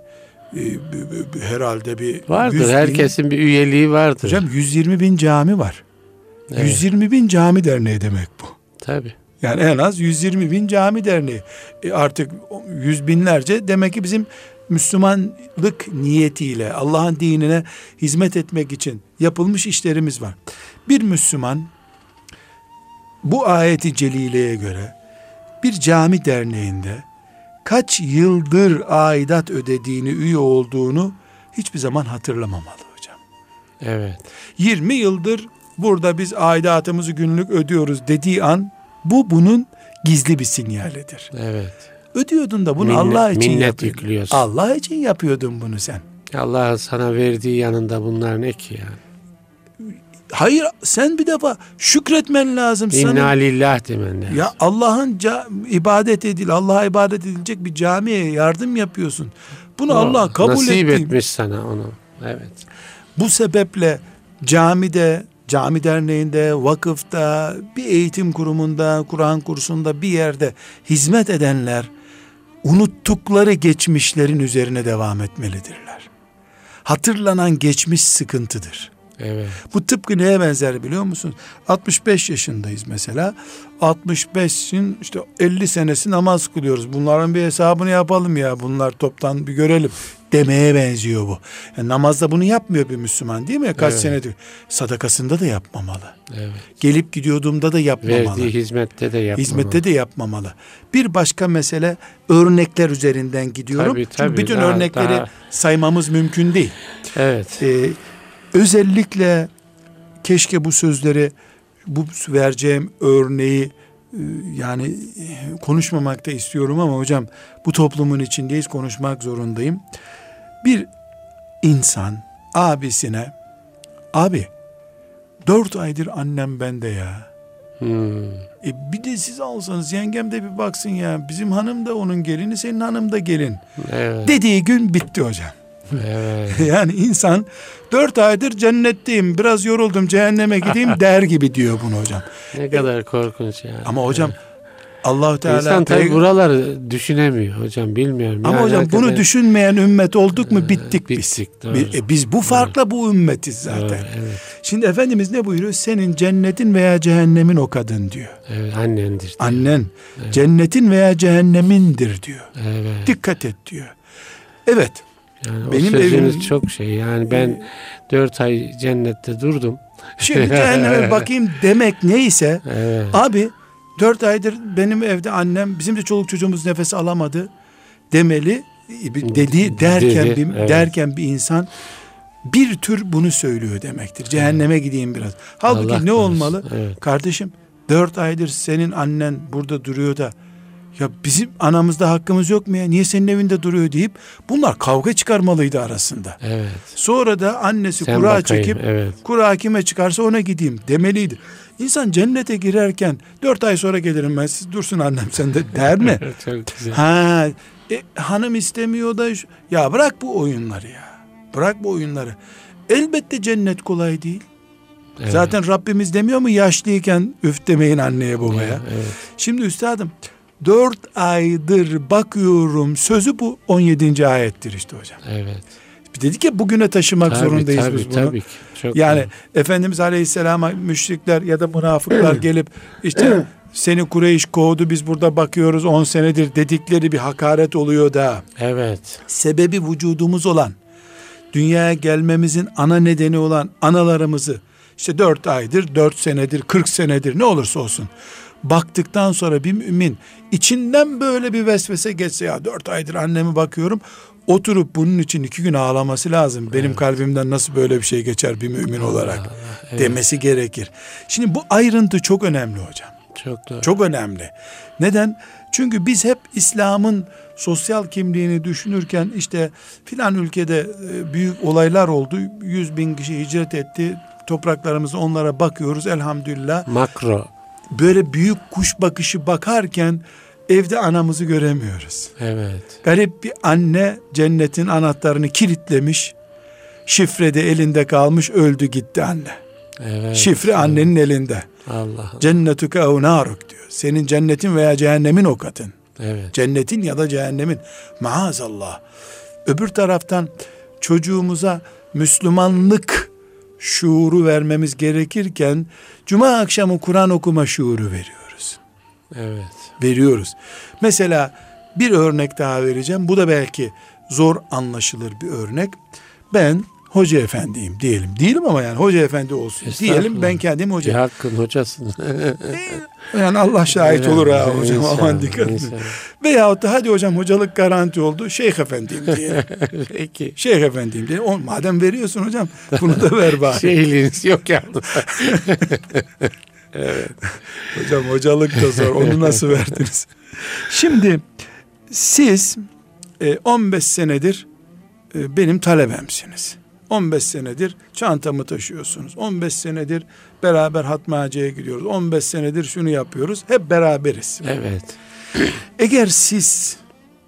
Ee, herhalde bir vardır. Herkesin bir üyeliği vardır. Hocam yüz yirmi bin cami var. Evet. yüz yirmi bin cami derneği demek bu. Tabii. Yani en az yüz yirmi bin cami derneği. E artık yüz binlerce demek ki bizim Müslümanlık niyetiyle Allah'ın dinine hizmet etmek için yapılmış işlerimiz var. Bir Müslüman bu ayeti celileye göre bir cami derneğinde kaç yıldır aidat ödediğini, üye olduğunu hiçbir zaman hatırlamamalı hocam. Evet. yirmi yıldır burada biz aidatımızı günlük ödüyoruz dediği an bu bunun gizli bir sinyalidir. Evet. Ödüyordun da bunu minnet, Allah için minnet yüklüyorsun. Allah için yapıyordun bunu sen. Allah sana verdiği yanında bunlar ne ki yani? Hayır, sen bir defa şükretmen lazım. İnna lillah demen lazım. Ya Allah'ın ca- ibadet edil, Allah'a ibadet edilecek bir camiye yardım yapıyorsun. Bunu o, Allah kabul etti. Nasip etmiş sana onu. Evet. Bu sebeple camide, cami derneğinde, vakıfta, bir eğitim kurumunda, Kur'an kursunda bir yerde hizmet edenler unuttukları geçmişlerin üzerine devam etmelidirler. Hatırlanan geçmiş sıkıntıdır. Evet. Bu tıpkı neye benzer biliyor musun? altmış beş yaşındayız mesela. altmış beşin işte elli senesi namaz kılıyoruz. Bunların bir hesabını yapalım ya. Bunlar toptan bir görelim demeye benziyor bu. Yani namazda bunu yapmıyor bir Müslüman değil mi? Kaç evet. senedir. Sadakasında da yapmamalı. Evet. Gelip gidiyorduğumda da yapmamalı. Verdiği hizmette de yapmamalı. Hizmette de yapmamalı. Bir başka mesele örnekler üzerinden gidiyorum. Tabii, tabii. Çünkü bütün daha, örnekleri daha... saymamız mümkün değil. Evet. Ee, özellikle keşke bu sözleri, bu vereceğim örneği yani konuşmamakta istiyorum ama hocam bu toplumun içindeyiz, konuşmak zorundayım. Bir insan abisine, abi dört aydır annem bende ya. Hmm. E bir de siz alsanız, yengem de bir baksın ya, bizim hanım da onun gelini, senin hanım da gelin. Evet. Dediği gün bitti hocam. Evet. Yani insan dört aydır cennetteyim, biraz yoruldum, cehenneme gideyim der gibi diyor bunu hocam. Ne kadar korkunç yani. Ama hocam Allah-u Teala İnsan tabii buraları düşünemiyor hocam, bilmiyorum. Ama yani hocam hakikaten... bunu düşünmeyen ümmet olduk mu bittik, bittik biz. Biz, biz bu farkla evet. bu ümmetiz zaten. Doğru, evet. Şimdi Efendimiz ne buyuruyor? Senin cennetin veya cehennemin o kadın diyor. Evet, annendir diyor. Annen evet. cennetin veya cehennemindir diyor. Evet. Dikkat et diyor. Evet. Yani benim evim çok şey. Yani ben dört ay cennette durdum. Şimdi cehenneme bakayım demek neyse. Evet. Abi dört aydır benim evde annem, bizim de çoluk çocuğumuz nefes alamadı demeli dedi derken dedi, bir, evet. derken bir insan bir tür bunu söylüyor demektir. Cehenneme evet. gideyim biraz. Halbuki Allah ne olmalı? Evet. Kardeşim dört aydır senin annen burada duruyor da Ya bizim anamızda hakkımız yok mu ya? Niye senin evinde duruyor deyip bunlar kavga çıkarmalıydı arasında. Evet. Sonra da annesi Sen kura bakayım, çekip evet. kura kime çıkarsa ona gideyim demeliydi. İnsan cennete girerken dört ay sonra gelirim ben, siz dursun annem sen de der mi? Çok güzel. Ha, e, hanım istemiyor da şu- ya bırak bu oyunları ya. Bırak bu oyunları. Elbette cennet kolay değil. Evet. Zaten Rabbimiz demiyor mu yaşlıyken üf demeyin anneye babaya. Evet. Şimdi üstadım dört aydır bakıyorum sözü bu on yedinci ayettir işte hocam. Evet. Dedik ya bugüne taşımak Tabii, zorundayız tabii, biz bunu. tabii ki. Çok Yani güzel. Efendimiz Aleyhisselam'a müşrikler ya da münafıklar gelip işte seni Kureyş kovdu biz burada bakıyoruz on senedir dedikleri bir hakaret oluyor da Evet. sebebi vücudumuz olan, dünyaya gelmemizin ana nedeni olan analarımızı işte dört aydır, dört senedir, kırk senedir ne olursa olsun baktıktan sonra bir mümin içinden böyle bir vesvese geçse ya dört aydır anneme bakıyorum, oturup bunun için iki gün ağlaması lazım. Benim Evet. kalbimden nasıl böyle bir şey geçer bir mümin olarak Allah, evet. demesi gerekir. Şimdi bu ayrıntı çok önemli hocam. Çok doğru. Çok önemli. Neden? Çünkü biz hep İslam'ın sosyal kimliğini düşünürken işte filan ülkede e, büyük olaylar oldu. Yüz bin kişi hicret etti. Topraklarımızda onlara bakıyoruz elhamdülillah. Makro. Böyle büyük kuş bakışı bakarken evde anamızı göremiyoruz. Evet. Garip bir anne cennetin anahtarını kilitlemiş. Şifre de elinde kalmış, öldü gitti anne. Evet. Şifre annenin elinde. Allah. Cennetuke ev naruk diyor. Senin cennetin veya cehennemin o katın. Evet. Cennetin ya da cehennemin. Maazallah. Öbür taraftan çocuğumuza Müslümanlık şuuru vermemiz gerekirken cuma akşamı Kur'an okuma şuuru veriyoruz. Evet. Veriyoruz. Mesela bir örnek daha vereceğim. Bu da belki zor anlaşılır bir örnek. Ben hoca efendiyim diyelim. Değilim ama yani hoca efendi olsun. Diyelim ben kendim hoca. Bir hakkın hocasın. Yani Allah şahit olur ha hocam. İnşallah, Aman dikkat edin. inşallah. Veyahut da hadi hocam hocalık garanti oldu. Şeyh efendiyim diyelim. Peki. Şeyh efendiyim diyelim. O, madem veriyorsun hocam bunu da ver bari. Şeyliğiniz yok yalnız. Evet. Hocam hocalık da zor. Onu nasıl verdiniz? Şimdi siz e, on beş senedir e, benim talebemsiniz. on beş senedir çantamı taşıyorsunuz. on beş senedir beraber Hatmaci'ye gidiyoruz. on beş senedir şunu yapıyoruz. Hep beraberiz. Evet. Eğer siz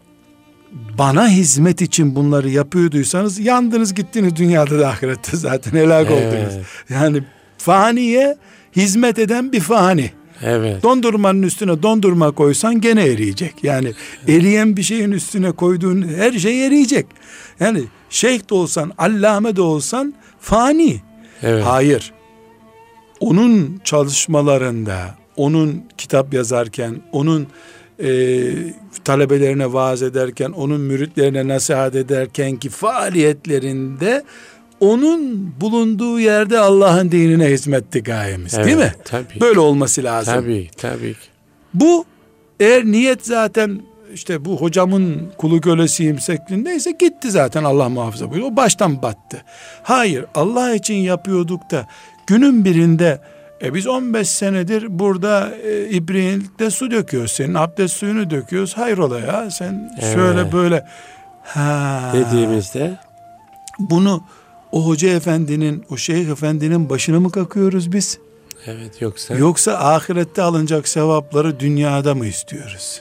bana hizmet için bunları yapıyorduysanız yandınız gittiniz dünyada da ahirette zaten helak Evet. oldunuz. Yani faniye hizmet eden bir fani. Evet. Dondurmanın üstüne dondurma koysan gene eriyecek. Yani eriyen bir şeyin üstüne koyduğun her şey eriyecek. Yani şeyh de olsan, allame de olsan fani. Evet. Hayır. Onun çalışmalarında, onun kitap yazarken, onun e, talebelerine vaaz ederken, onun müritlerine nasihat ederken ki faaliyetlerinde onun bulunduğu yerde Allah'ın dinine hizmetti gayemiz. Evet, değil mi? tabii. Böyle olması lazım. Tabii, tabii ki. Bu eğer niyet zaten işte bu hocamın kulu kölesiyim şeklindeyse gitti zaten Allah muhafaza buyuruyor. O baştan battı. Hayır, Allah için yapıyorduk da günün birinde e biz on beş senedir burada e, İbrahim'de su döküyoruz. Senin abdest suyunu döküyoruz. Hayrola ya sen Evet. şöyle böyle ha. Dediğimizde Bunu o hoca efendinin, o şeyh efendinin başına mı kakıyoruz biz? evet yoksa Yoksa ahirette alınacak sevapları dünyada mı istiyoruz?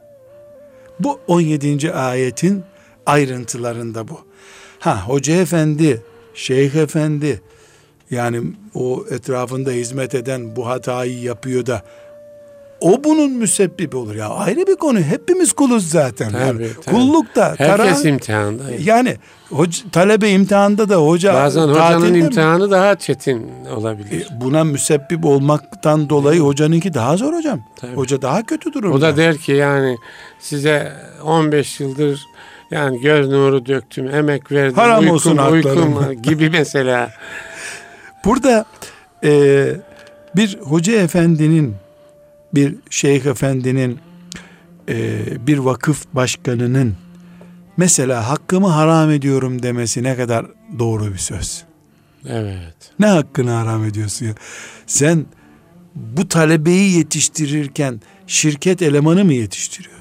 Bu on yedinci ayetin ayrıntılarında bu. Ha hoca efendi, şeyh efendi yani o etrafında hizmet eden bu hatayı yapıyor da o bunun müsebbibi olur ya. Ayrı bir konu. Hepimiz kuluz zaten. Tabii, yani tabii. kullukta herkes karar- imtihanda. yani hoca, talebe imtihanda da hoca Bazen hocanın tatilde mi? imtihanı daha çetin olabilir. E, buna müsebbip olmaktan dolayı hocanınki daha zor hocam. Tabii. Hoca daha kötü durumda. O da der ki yani size on beş yıldır yani göz nuru döktüm, emek verdim, Haram uykum, olsun uykum haklarım. gibi mesela. Burada e, bir hoca efendinin, bir şeyh efendinin, e, bir vakıf başkanının mesela hakkımı haram ediyorum demesi ne kadar doğru bir söz. Evet. Ne hakkını haram ediyorsun ya? Sen bu talebeyi yetiştirirken şirket elemanı mı yetiştiriyordun?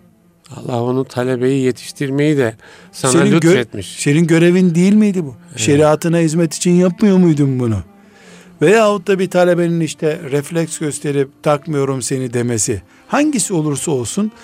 Allah onu talebeyi yetiştirmeyi de sana Senin gö- lütfetmiş. senin görevin değil miydi bu? Evet. Şeriatına hizmet için yapmıyor muydun bunu? Veyahut da bir talebenin işte refleks gösterip takmıyorum seni demesi, hangisi olursa olsun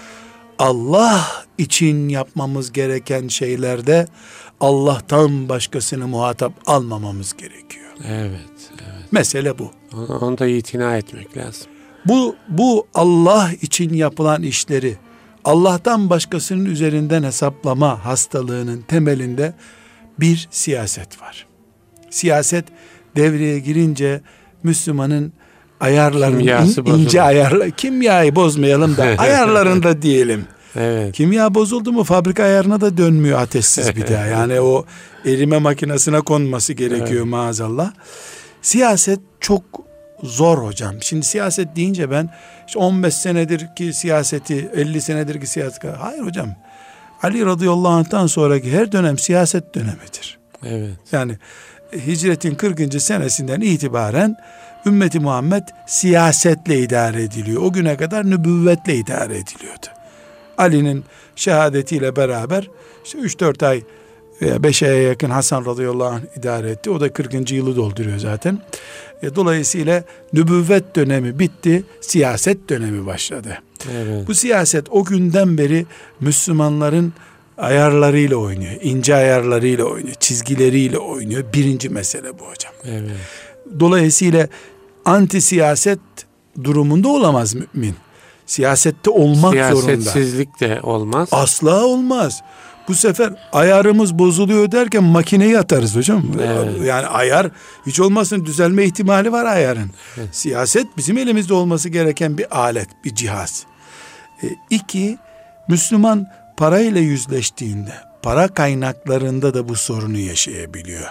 Allah için yapmamız gereken şeylerde Allah'tan başkasını muhatap almamamız gerekiyor. Evet, evet. Mesele bu. Ona, onu da itina etmek lazım. Bu bu Allah için yapılan işleri Allah'tan başkasının üzerinden hesaplama hastalığının temelinde bir siyaset var. Siyaset devreye girince Müslümanın ayarlarının Kimyası in, bozulur. ince ayarla kimyayı bozmayalım da ayarlarında diyelim. Evet. Kimya bozuldu mu fabrika ayarına da dönmüyor ateşsiz bir daha. Yani o erime makinesine konması gerekiyor, evet, maazallah. Siyaset çok zor hocam. Şimdi siyaset deyince ben işte on beş senedir ki siyaseti, elli senedir ki siyaset. Hayır hocam. Ali radıyallahu anh'tan sonraki her dönem siyaset dönemidir. Evet. Yani hicretin kırkıncı senesinden itibaren ümmeti Muhammed siyasetle idare ediliyor. O güne kadar nübüvvetle idare ediliyordu. Ali'nin şehadetiyle beraber işte üç dört ay veya beş aya yakın Hasan radıyallahu anh idare etti. O da kırkıncı yılı dolduruyor zaten. Dolayısıyla nübüvvet dönemi bitti, siyaset dönemi başladı. Evet. Bu siyaset o günden beri Müslümanların ayarlarıyla oynuyor, ince ayarlarıyla oynuyor, çizgileriyle oynuyor. Birinci mesele bu hocam. Evet. Dolayısıyla anti siyaset durumunda olamaz mümin. Siyasette olmak zorunda. Siyasetsizlik de olmaz. Asla olmaz. Bu sefer ayarımız bozuluyor derken makineyi atarız hocam. Evet. Yani ayar hiç olmazsa düzelme ihtimali var ayarın. Evet. Siyaset bizim elimizde olması gereken bir alet, bir cihaz. E, iki, Müslüman parayla yüzleştiğinde, para kaynaklarında da bu sorunu yaşayabiliyor.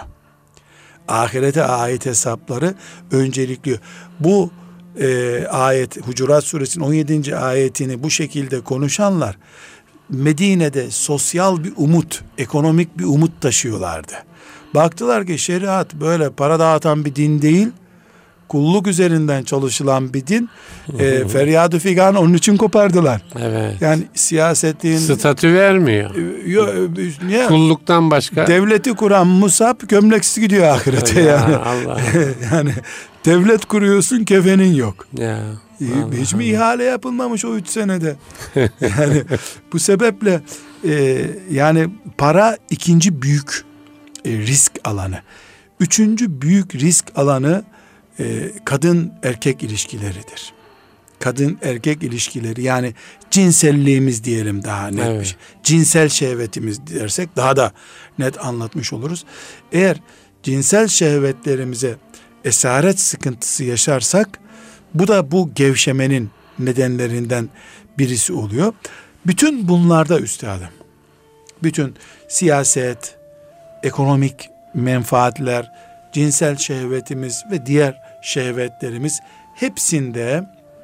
Ahirete ait hesapları öncelikliyor. Bu e, ayet, Hucurat Suresinin on yedinci ayetini bu şekilde konuşanlar, Medine'de sosyal bir umut, ekonomik bir umut taşıyorlardı. Baktılar ki şeriat böyle para dağıtan bir din değil, kulluk üzerinden çalışılan bir din. e, Feryat-ı figan onun için kopardılar. Evet. Yani siyasetin statü vermiyor. E, yo, e, niye? Kulluktan başka. Devleti kuran Musab gömleksiz gidiyor ahirete ya, yani. Allah. Yani devlet kuruyorsun, kefenin yok. Ya. Allah Hiç mi Allah. ihale yapılmamış o üç senede? Yani bu sebeple e, yani para ikinci büyük e, risk alanı. Üçüncü büyük risk alanı e, kadın erkek ilişkileridir. Kadın erkek ilişkileri, yani cinselliğimiz diyelim daha net, evet, bir şey. Cinsel şehvetimiz dersek daha da net anlatmış oluruz. Eğer cinsel şehvetlerimize esaret sıkıntısı yaşarsak, bu da bu gevşemenin nedenlerinden birisi oluyor. Bütün bunlarda üstadım, bütün siyaset, ekonomik menfaatler, cinsel şehvetimiz ve diğer şehvetlerimiz hepsinde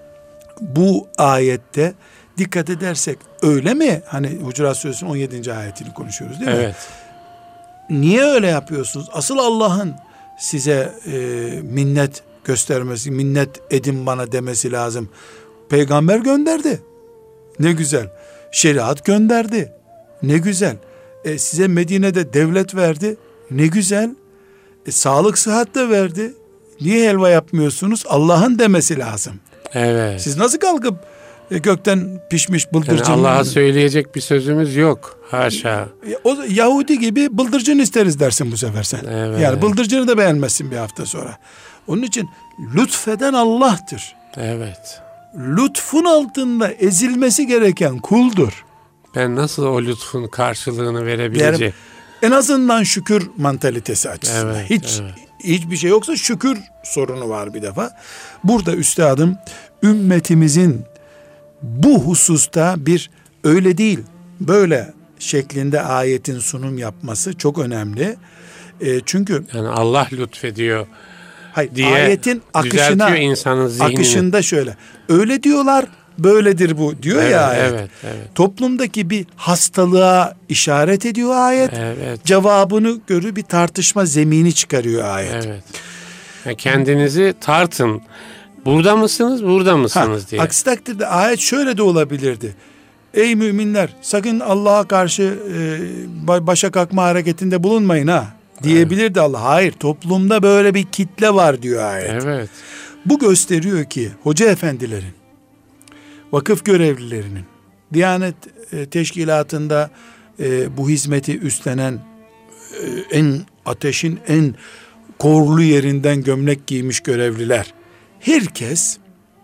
bu ayette dikkat edersek öyle mi? Hani Hucurat Suresinin on yedinci ayetini konuşuyoruz değil mi? Evet. Niye öyle yapıyorsunuz? Asıl Allah'ın size e, minnet göstermesi, minnet edin bana demesi lazım. Peygamber gönderdi. Ne güzel. Şeriat gönderdi. Ne güzel. E, size Medine'de devlet verdi. Ne güzel. E, sağlık sıhhat de verdi. Niye helva yapmıyorsunuz? Allah'ın demesi lazım. Evet. Siz nasıl kalkıp e, gökten pişmiş bıldırcın... Yani Allah'a söyleyecek bir sözümüz yok. Haşa. O Yahudi gibi bıldırcın isteriz dersin bu sefer sen. Evet. Yani bıldırcını da beğenmezsin bir hafta sonra. Onun için lütfeden Allah'tır. Evet. Lütfun altında ezilmesi gereken kuldur. Ben nasıl o lütfun karşılığını verebileceğim? Yani en azından şükür mantalitesi açısından. Evet, Hiç evet. hiçbir şey yoksa şükür sorunu var bir defa. Burada üstadım, ümmetimizin bu hususta bir öyle değil, böyle şeklinde ayetin sunum yapması çok önemli. E, çünkü yani Allah lütfediyor. Hayır, diye ayetin akışına, insanın zihnini. akışında şöyle. Öyle diyorlar, böyledir bu diyor evet, ya ayet. Evet, evet. Toplumdaki bir hastalığa işaret ediyor ayet. Evet. Cevabını görü bir tartışma zemini çıkarıyor ayet. Evet. Yani kendinizi tartın Burada mısınız, burada Ha, mısınız diye. aksi takdirde ayet şöyle de olabilirdi. Ey müminler, sakın Allah'a karşı e, başa kalkma hareketinde bulunmayın ha diyebilirdi Allah. Hayır, toplumda böyle bir kitle var diyor ayet. Evet. Bu gösteriyor ki hoca efendilerin, vakıf görevlilerinin, Diyanet e, teşkilatında e, bu hizmeti üstlenen e, en ateşin en korlu yerinden gömlek giymiş görevliler, herkes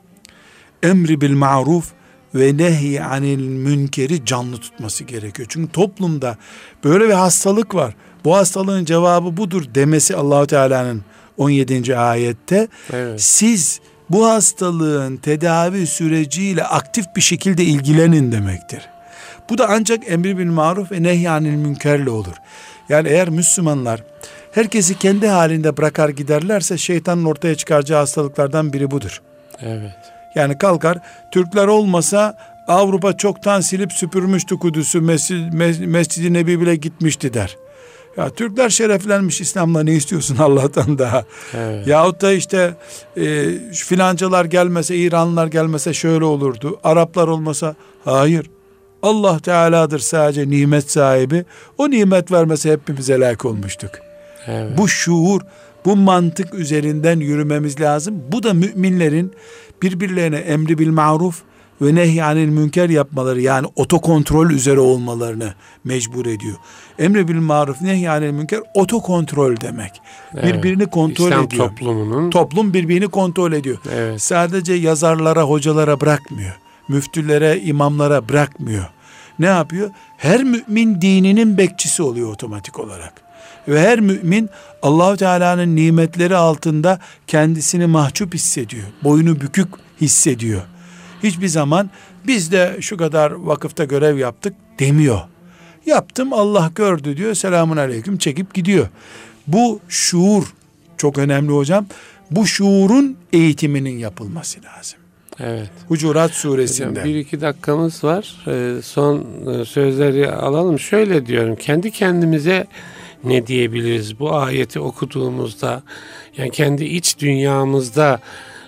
emri bil maruf ve nehy anil münkeri canlı tutması gerekiyor. Çünkü toplumda böyle bir hastalık var. Bu hastalığın cevabı budur demesi Allahu Teala'nın on yedinci ayette. Evet. Siz bu hastalığın tedavi süreciyle aktif bir şekilde ilgilenin demektir. Bu da ancak emri bil maruf ve nehy anil münkerle olur. Yani eğer Müslümanlar herkesi kendi halinde bırakar giderlerse şeytanın ortaya çıkaracağı hastalıklardan biri budur. Evet. Yani kalkar, Türkler olmasa Avrupa çoktan silip süpürmüştü Kudüs'ü, Mescid, Mescid-i Nebi bile gitmişti der. Ya Türkler şereflenmiş, İslam'la ne istiyorsun Allah'tan daha? Evet. Yahut da işte e, filancalar gelmese, İranlılar gelmese şöyle olurdu. Araplar olmasa, hayır. Allah Teala'dır sadece nimet sahibi. O nimet vermese hepimiz helak olmuştuk. Evet. Bu şuur, bu mantık üzerinden yürümemiz lazım. Bu da müminlerin birbirlerine emri bil maruf ve nehy anil münker yapmaları, yani otokontrol üzere olmalarını mecbur ediyor. Emri bil maruf, nehy anil münker otokontrol demek. Evet. Birbirini kontrol İslam ediyor. toplumunun. Toplum birbirini kontrol ediyor. Evet. Sadece yazarlara, hocalara bırakmıyor. Müftülere, imamlara bırakmıyor. Ne yapıyor? Her mümin dininin bekçisi oluyor otomatik olarak. Ve her mümin Allah-u Teala'nın nimetleri altında kendisini mahcup hissediyor. Boynu bükük hissediyor. Hiçbir zaman biz de şu kadar vakıfta görev yaptık demiyor. Yaptım, Allah gördü diyor. Selamun aleyküm çekip gidiyor. Bu şuur çok önemli hocam. Bu şuurun eğitiminin yapılması lazım. Evet. Hucurat suresinde. Hocam, bir iki dakikamız var. Ee, son e, sözleri alalım. Şöyle diyorum. Kendi kendimize ne diyebiliriz bu ayeti okuduğumuzda? Yani kendi iç dünyamızda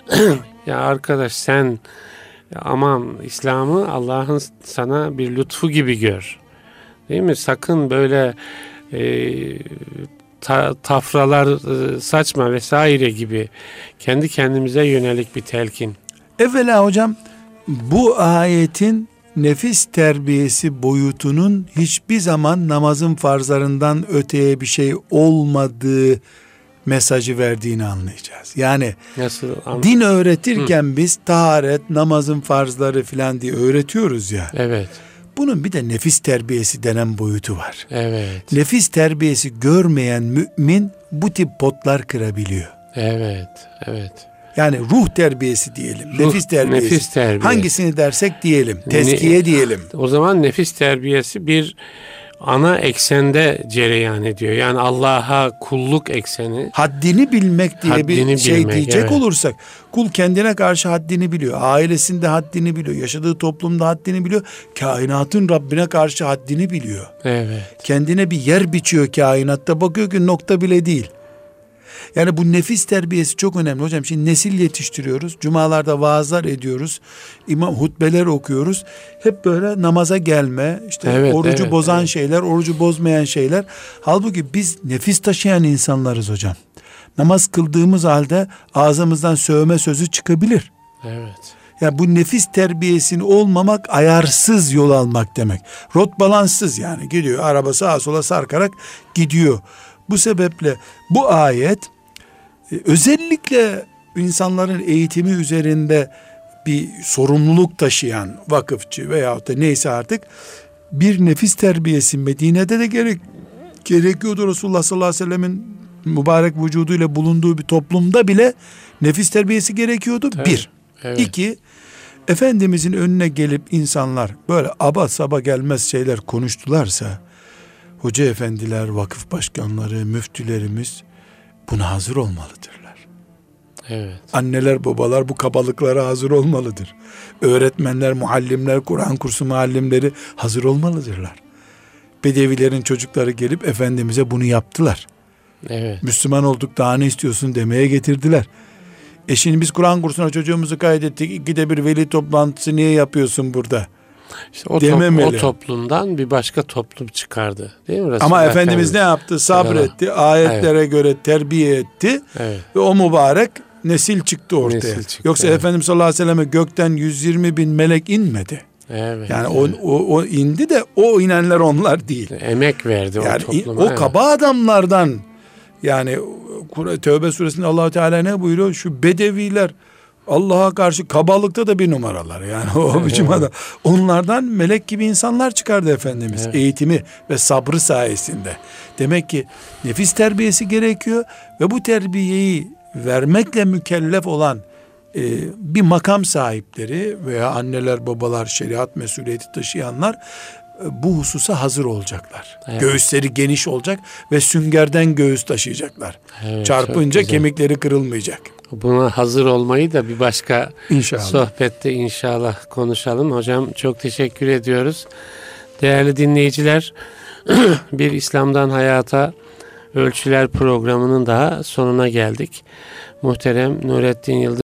ya arkadaş sen aman İslam'ı Allah'ın sana bir lütfu gibi gör. Değil mi? Sakın böyle e, ta, tafralar e, saçma vesaire gibi kendi kendimize yönelik bir telkin. Evvela hocam bu ayetin nefis terbiyesi boyutunun hiçbir zaman namazın farzlarından öteye bir şey olmadığı mesajı verdiğini anlayacağız. Yani Nasıl an- din öğretirken Hı. biz taharet, namazın farzları filan diye öğretiyoruz ya. Evet. Bunun bir de nefis terbiyesi denen boyutu var. Evet. Nefis terbiyesi görmeyen mümin bu tip potlar kırabiliyor. Evet. Evet. Yani ruh terbiyesi diyelim, Ruh, nefis terbiyesi. Nefis terbiyesi. Hangisini dersek diyelim, tezkiye ne, diyelim. O zaman nefis terbiyesi bir ana eksende cereyan ediyor. Yani Allah'a kulluk ekseni. Haddini bilmek diye Haddini bir şey bilmek, diyecek evet. olursak, kul kendine karşı haddini biliyor, ailesinde haddini biliyor, yaşadığı toplumda haddini biliyor, kainatın Rabbine karşı haddini biliyor. Evet. Kendine bir yer biçiyor kainatta, bakıyor ki nokta bile değil. Yani bu nefis terbiyesi çok önemli hocam. Şimdi nesil yetiştiriyoruz. Cumalarda vaazlar ediyoruz. İmam hutbeler okuyoruz. Hep böyle namaza gelme, işte Evet, orucu evet, bozan evet. şeyler, orucu bozmayan şeyler. Halbuki biz nefis taşıyan insanlarız hocam. Namaz kıldığımız halde ağzımızdan sövme sözü çıkabilir. Evet. Ya bu nefis terbiyesini olmamak, ayarsız yol almak demek. Rot balanssız, yani gidiyor araba sağa sola sarkarak gidiyor. Bu sebeple bu ayet özellikle insanların eğitimi üzerinde bir sorumluluk taşıyan vakıfçı veyahut da neyse artık bir nefis terbiyesi Medine'de de gerek gerekiyordu. Resulullah sallallahu aleyhi ve sellemin mübarek vücuduyla bulunduğu bir toplumda bile nefis terbiyesi gerekiyordu. Tabii, Bir. evet. İki, Efendimizin önüne gelip insanlar böyle aba saba gelmez şeyler konuştularsa, hoca efendiler, vakıf başkanları, müftülerimiz buna hazır olmalıdırlar. Evet. Anneler, babalar bu kabalıklara hazır olmalıdır. Öğretmenler, muallimler, Kur'an kursu muallimleri hazır olmalıdırlar. Bedevilerin çocukları gelip Efendimiz'e bunu yaptılar. Evet. Müslüman olduk, daha ne istiyorsun demeye getirdiler. E şimdi biz Kur'an kursuna çocuğumuzu kaydettik. İkide bir veli toplantısı niye yapıyorsun burada? İşte o, top, o toplumdan bir başka toplum çıkardı. Değil mi? Resulullah Ama Efendimiz ne yaptı? Sabretti. Ayetlere evet. göre terbiye etti. Evet. Ve o mübarek nesil çıktı ortaya. Nesil çıktı, Yoksa evet. Efendimiz sallallahu aleyhi ve selleme gökten yüz yirmi bin melek inmedi. Evet. Yani evet. o, o, o indi de o inenler onlar değil. Emek verdi yani o topluma. O evet. kaba adamlardan, yani Tevbe suresinde Allah Teala ne buyuruyor? Şu bedeviler Allah'a karşı kabalıkta da bir numaralar. Yani o biçim adam. Onlardan melek gibi insanlar çıkardı Efendimiz. Evet. Eğitimi ve sabrı sayesinde. Demek ki nefis terbiyesi gerekiyor ve bu terbiyeyi vermekle mükellef olan e, bir makam sahipleri veya anneler, babalar, şeriat mesuliyeti taşıyanlar e, bu hususa hazır olacaklar. Evet. Göğüsleri geniş olacak ve süngerden göğüs taşıyacaklar. Evet, çarpınca kemikleri kırılmayacak. Buna hazır olmayı da bir başka inşallah. sohbette inşallah konuşalım. Hocam çok teşekkür ediyoruz. Değerli dinleyiciler, bir İslam'dan Hayata Ölçüler programının daha sonuna geldik. Muhterem Nurettin Yıldız